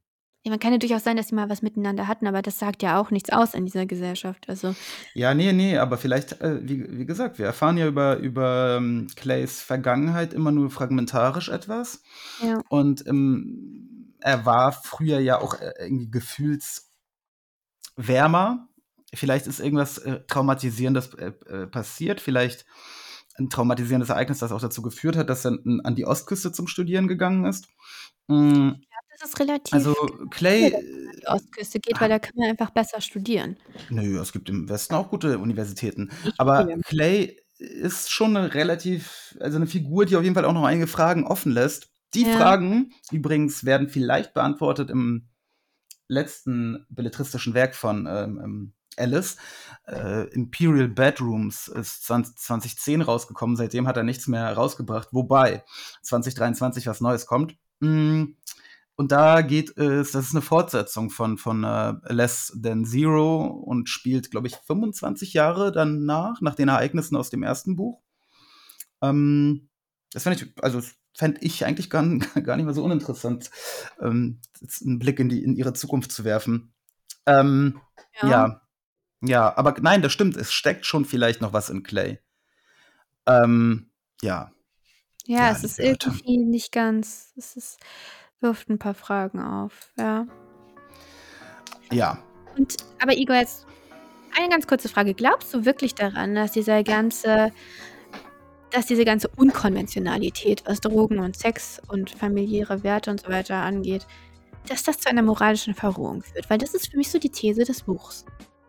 Ja, man kann ja durchaus sein, dass die mal was miteinander hatten, aber das sagt ja auch nichts aus in dieser Gesellschaft. Also, Ja, nee, nee, aber vielleicht, äh, wie, wie gesagt, wir erfahren ja über, über ähm, Clays Vergangenheit immer nur fragmentarisch etwas. ja. Und ähm, er war früher ja auch äh, irgendwie gefühlswärmer. Vielleicht ist irgendwas äh, Traumatisierendes äh, äh, passiert. Vielleicht ein traumatisierendes Ereignis, das auch dazu geführt hat, dass er n- an die Ostküste zum Studieren gegangen ist. Mm, Das ist relativ Also sicher, Clay, dass man an die Ostküste geht, äh, weil da kann man einfach besser studieren. nö, es gibt im Westen auch gute Universitäten. Nicht Aber viele. Clay ist schon eine relativ, also eine Figur, die auf jeden Fall auch noch einige Fragen offen lässt. Die Ja. Fragen übrigens werden vielleicht beantwortet im letzten belletristischen Werk von ähm, ähm, Alice. Äh, Imperial Bedrooms ist zwanzig zwanzig rausgekommen. Seitdem hat er nichts mehr rausgebracht. Wobei zwanzig dreiundzwanzig was Neues kommt. Mm, Und da geht es, das ist eine Fortsetzung von, von äh, Less Than Zero und spielt, glaube ich, fünfundzwanzig Jahre danach, nach den Ereignissen aus dem ersten Buch. Ähm, das fände ich, also fände ich eigentlich gar, gar nicht mal so uninteressant, ähm, jetzt einen Blick in, die, in ihre Zukunft zu werfen. Ähm, Ja. ja, ja, aber nein, das stimmt, es steckt schon vielleicht noch was in Clay. Ähm, ja, Ja, ja, es ist liebe Leute. irgendwie nicht ganz, es ist, wirft ein paar Fragen auf, ja. Ja, Und, aber Igor, jetzt eine ganz kurze Frage. Glaubst du wirklich daran, dass dieser ganze, dass diese ganze Unkonventionalität, was Drogen und Sex und familiäre Werte und so weiter angeht, dass das zu einer moralischen Verrohung führt? Weil das ist für mich so die These des Buchs.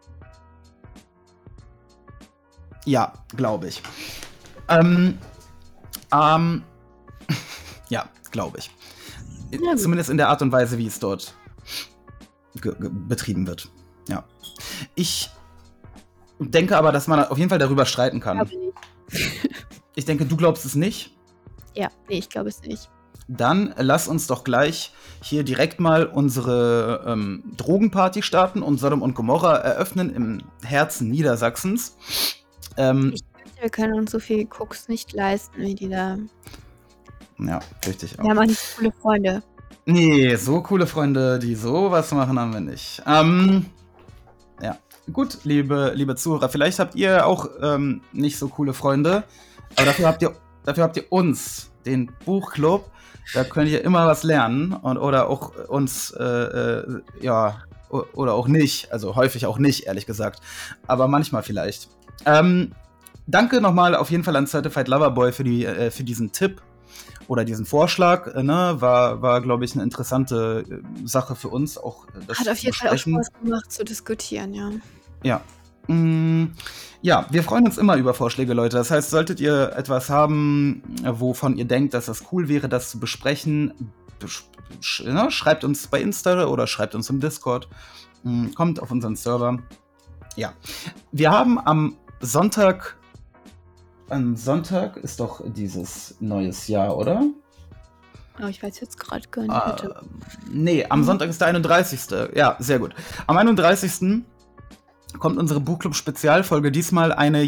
ja, glaube ich. Ähm, ähm, ja, glaube ich. Ja, gut. Zumindest in der Art und Weise, wie es dort ge- ge- betrieben wird. Ja. Ich denke aber, dass man auf jeden Fall darüber streiten kann. Glaube nicht. Ich denke, du glaubst es nicht. Ja, nee, ich glaube es nicht. Dann lass uns doch gleich hier direkt mal unsere ähm, Drogenparty starten und Sodom und Gomorra eröffnen im Herzen Niedersachsens. Ähm, Ich fürchte, wir können uns so viel Koks nicht leisten, wie die da. ja, richtig auch. Wir haben auch nicht so coole Freunde. Nee, so coole Freunde, die sowas machen, haben wir nicht. Ähm, ja, gut, liebe, liebe Zuhörer, vielleicht habt ihr auch ähm, nicht so coole Freunde, aber dafür habt ihr, dafür habt ihr uns, den Buchclub. Da könnt ihr immer was lernen und oder auch uns, äh, äh, ja, o- oder auch nicht, also häufig auch nicht, ehrlich gesagt, aber manchmal vielleicht. Ähm, danke nochmal auf jeden Fall an Certified Loverboy für, die, äh, für diesen Tipp oder diesen Vorschlag, äh, ne? War, war glaube ich, eine interessante äh, Sache für uns, auch äh, das Hat auf zu jeden Fall auch besprechen. Spaß gemacht zu diskutieren, ja. Ja. Mm, Ja, wir freuen uns immer über Vorschläge, Leute. Das heißt, solltet ihr etwas haben, äh, wovon ihr denkt, dass es cool wäre, das zu besprechen, besch sch ne? Schreibt uns bei Insta oder schreibt uns im Discord. Mm, Kommt auf unseren Server. Ja. Wir haben am Sonntag, am Sonntag ist doch dieses neues Jahr, oder? Aber ich weiß jetzt gerade gar nicht. Ah, Bitte. nee, am Sonntag ist der einunddreißigste Ja, sehr gut. Am einunddreißigsten kommt unsere Buchclub-Spezialfolge, diesmal eine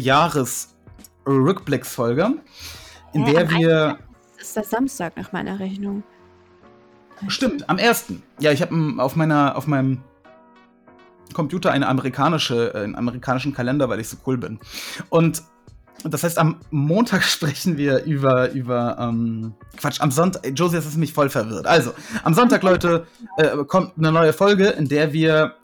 Jahresrückblicksfolge, in Hä, der am wir. Das ist das Samstag nach meiner Rechnung. Stimmt, am ersten Ja, ich habe auf meiner, auf meinem Computer eine amerikanische, äh, einen amerikanischen Kalender, weil ich so cool bin. Und das heißt, am Montag sprechen wir über, über ähm, Quatsch, am Sonntag, Josie, das ist mich voll verwirrt. Also, am Sonntag, Leute, äh, kommt eine neue Folge, in der wir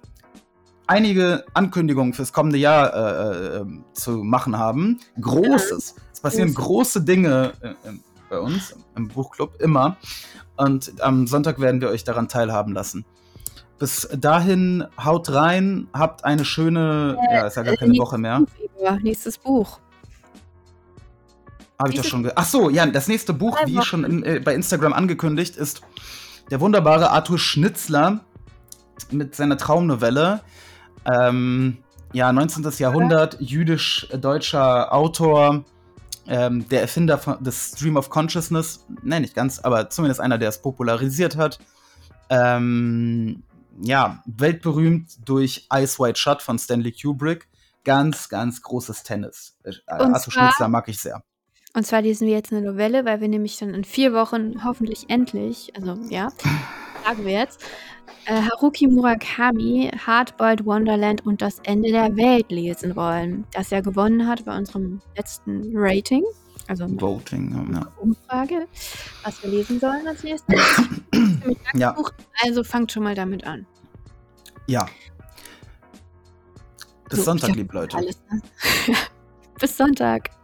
einige Ankündigungen fürs kommende Jahr äh, äh, zu machen haben. Großes. Es passieren große Dinge äh, äh, bei uns im Buchclub, immer. Und am Sonntag werden wir euch daran teilhaben lassen. Bis dahin, haut rein, habt eine schöne, Äh, ja, ist ja gar keine nächstes Woche mehr. Buch, Igor, nächstes Buch. Habe ich doch Dieses- schon ge Ach so, ja, das nächste Buch, Drei wie Wochen. schon in, äh, bei Instagram angekündigt, ist der wunderbare Arthur Schnitzler mit seiner Traumnovelle. Ähm, ja, neunzehnten. Jahrhundert, jüdisch-deutscher Autor, ähm, der Erfinder von, des Stream of Consciousness. Nein, nicht ganz, aber zumindest einer, der es popularisiert hat. Ähm, ja, weltberühmt durch Eyes Wide Shut von Stanley Kubrick. Ganz, ganz großes Tennis. Äh, Arthur zwar- Schnitzler mag ich sehr. Und zwar lesen wir jetzt eine Novelle, weil wir nämlich dann in vier Wochen hoffentlich endlich, also ja, fragen wir jetzt. Äh, Haruki Murakami, Hardboiled Wonderland und das Ende der Welt lesen wollen, das ja gewonnen hat bei unserem letzten Rating, also Voting, ja. Umfrage, was wir lesen sollen als nächstes. Ziemlich langes Ja. Buch, also fangt schon mal damit an. Ja. Bis So, Sonntag, ich glaub, liebe Leute. alles, ne? Bis Sonntag.